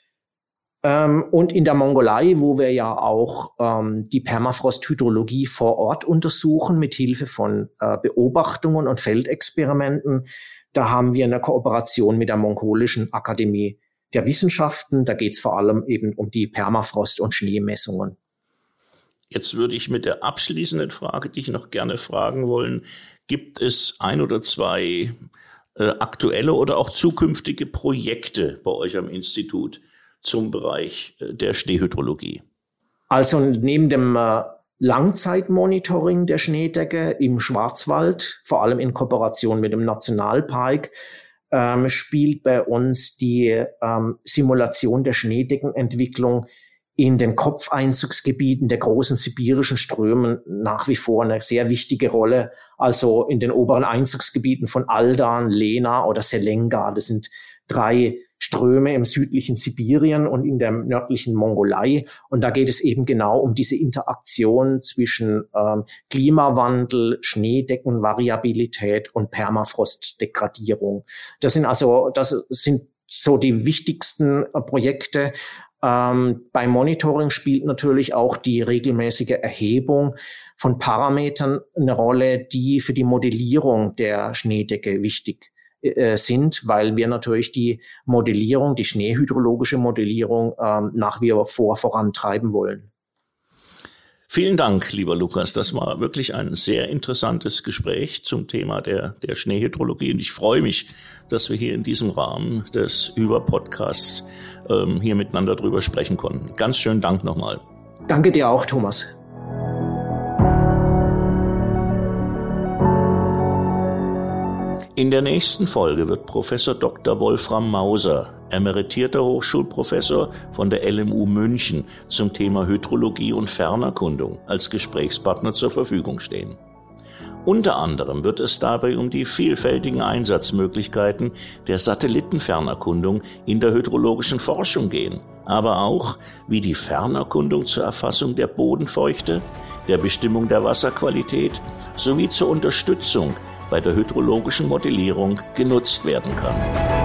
Und in der Mongolei, wo wir ja auch die Permafrosthydrologie vor Ort untersuchen mit Hilfe von Beobachtungen und Feldexperimenten, da haben wir eine Kooperation mit der Mongolischen Akademie der Wissenschaften. Da geht es vor allem eben um die Permafrost- und Schneemessungen. Jetzt würde ich mit der abschließenden Frage, die ich noch gerne fragen wollen, gibt es ein oder zwei aktuelle oder auch zukünftige Projekte bei euch am Institut zum Bereich der Schneehydrologie? Also neben dem Langzeitmonitoring der Schneedecke im Schwarzwald, vor allem in Kooperation mit dem Nationalpark, spielt bei uns die Simulation der Schneedeckenentwicklung in den Kopfeinzugsgebieten der großen sibirischen Strömen nach wie vor eine sehr wichtige Rolle. Also in den oberen Einzugsgebieten von Aldan, Lena oder Selenga. Das sind 3 Ströme im südlichen Sibirien und in der nördlichen Mongolei. Und da geht es eben genau um diese Interaktion zwischen Klimawandel, Schneedeckenvariabilität und Permafrostdegradierung. Das sind so die wichtigsten Projekte. Beim Monitoring spielt natürlich auch die regelmäßige Erhebung von Parametern eine Rolle, die für die Modellierung der Schneedecke wichtig sind, weil wir natürlich die Modellierung, die schneehydrologische Modellierung nach wie vor vorantreiben wollen. Vielen Dank, lieber Lukas. Das war wirklich ein sehr interessantes Gespräch zum Thema der Schneehydrologie. Und ich freue mich, dass wir hier in diesem Rahmen des HYWA-Podcasts hier miteinander drüber sprechen konnten. Ganz schönen Dank nochmal. Danke dir auch, Thomas. In der nächsten Folge wird Professor Dr. Wolfram Mauser, emeritierter Hochschulprofessor von der LMU München, zum Thema Hydrologie und Fernerkundung als Gesprächspartner zur Verfügung stehen. Unter anderem wird es dabei um die vielfältigen Einsatzmöglichkeiten der Satellitenfernerkundung in der hydrologischen Forschung gehen, aber auch, wie die Fernerkundung zur Erfassung der Bodenfeuchte, der Bestimmung der Wasserqualität sowie zur Unterstützung bei der hydrologischen Modellierung genutzt werden kann.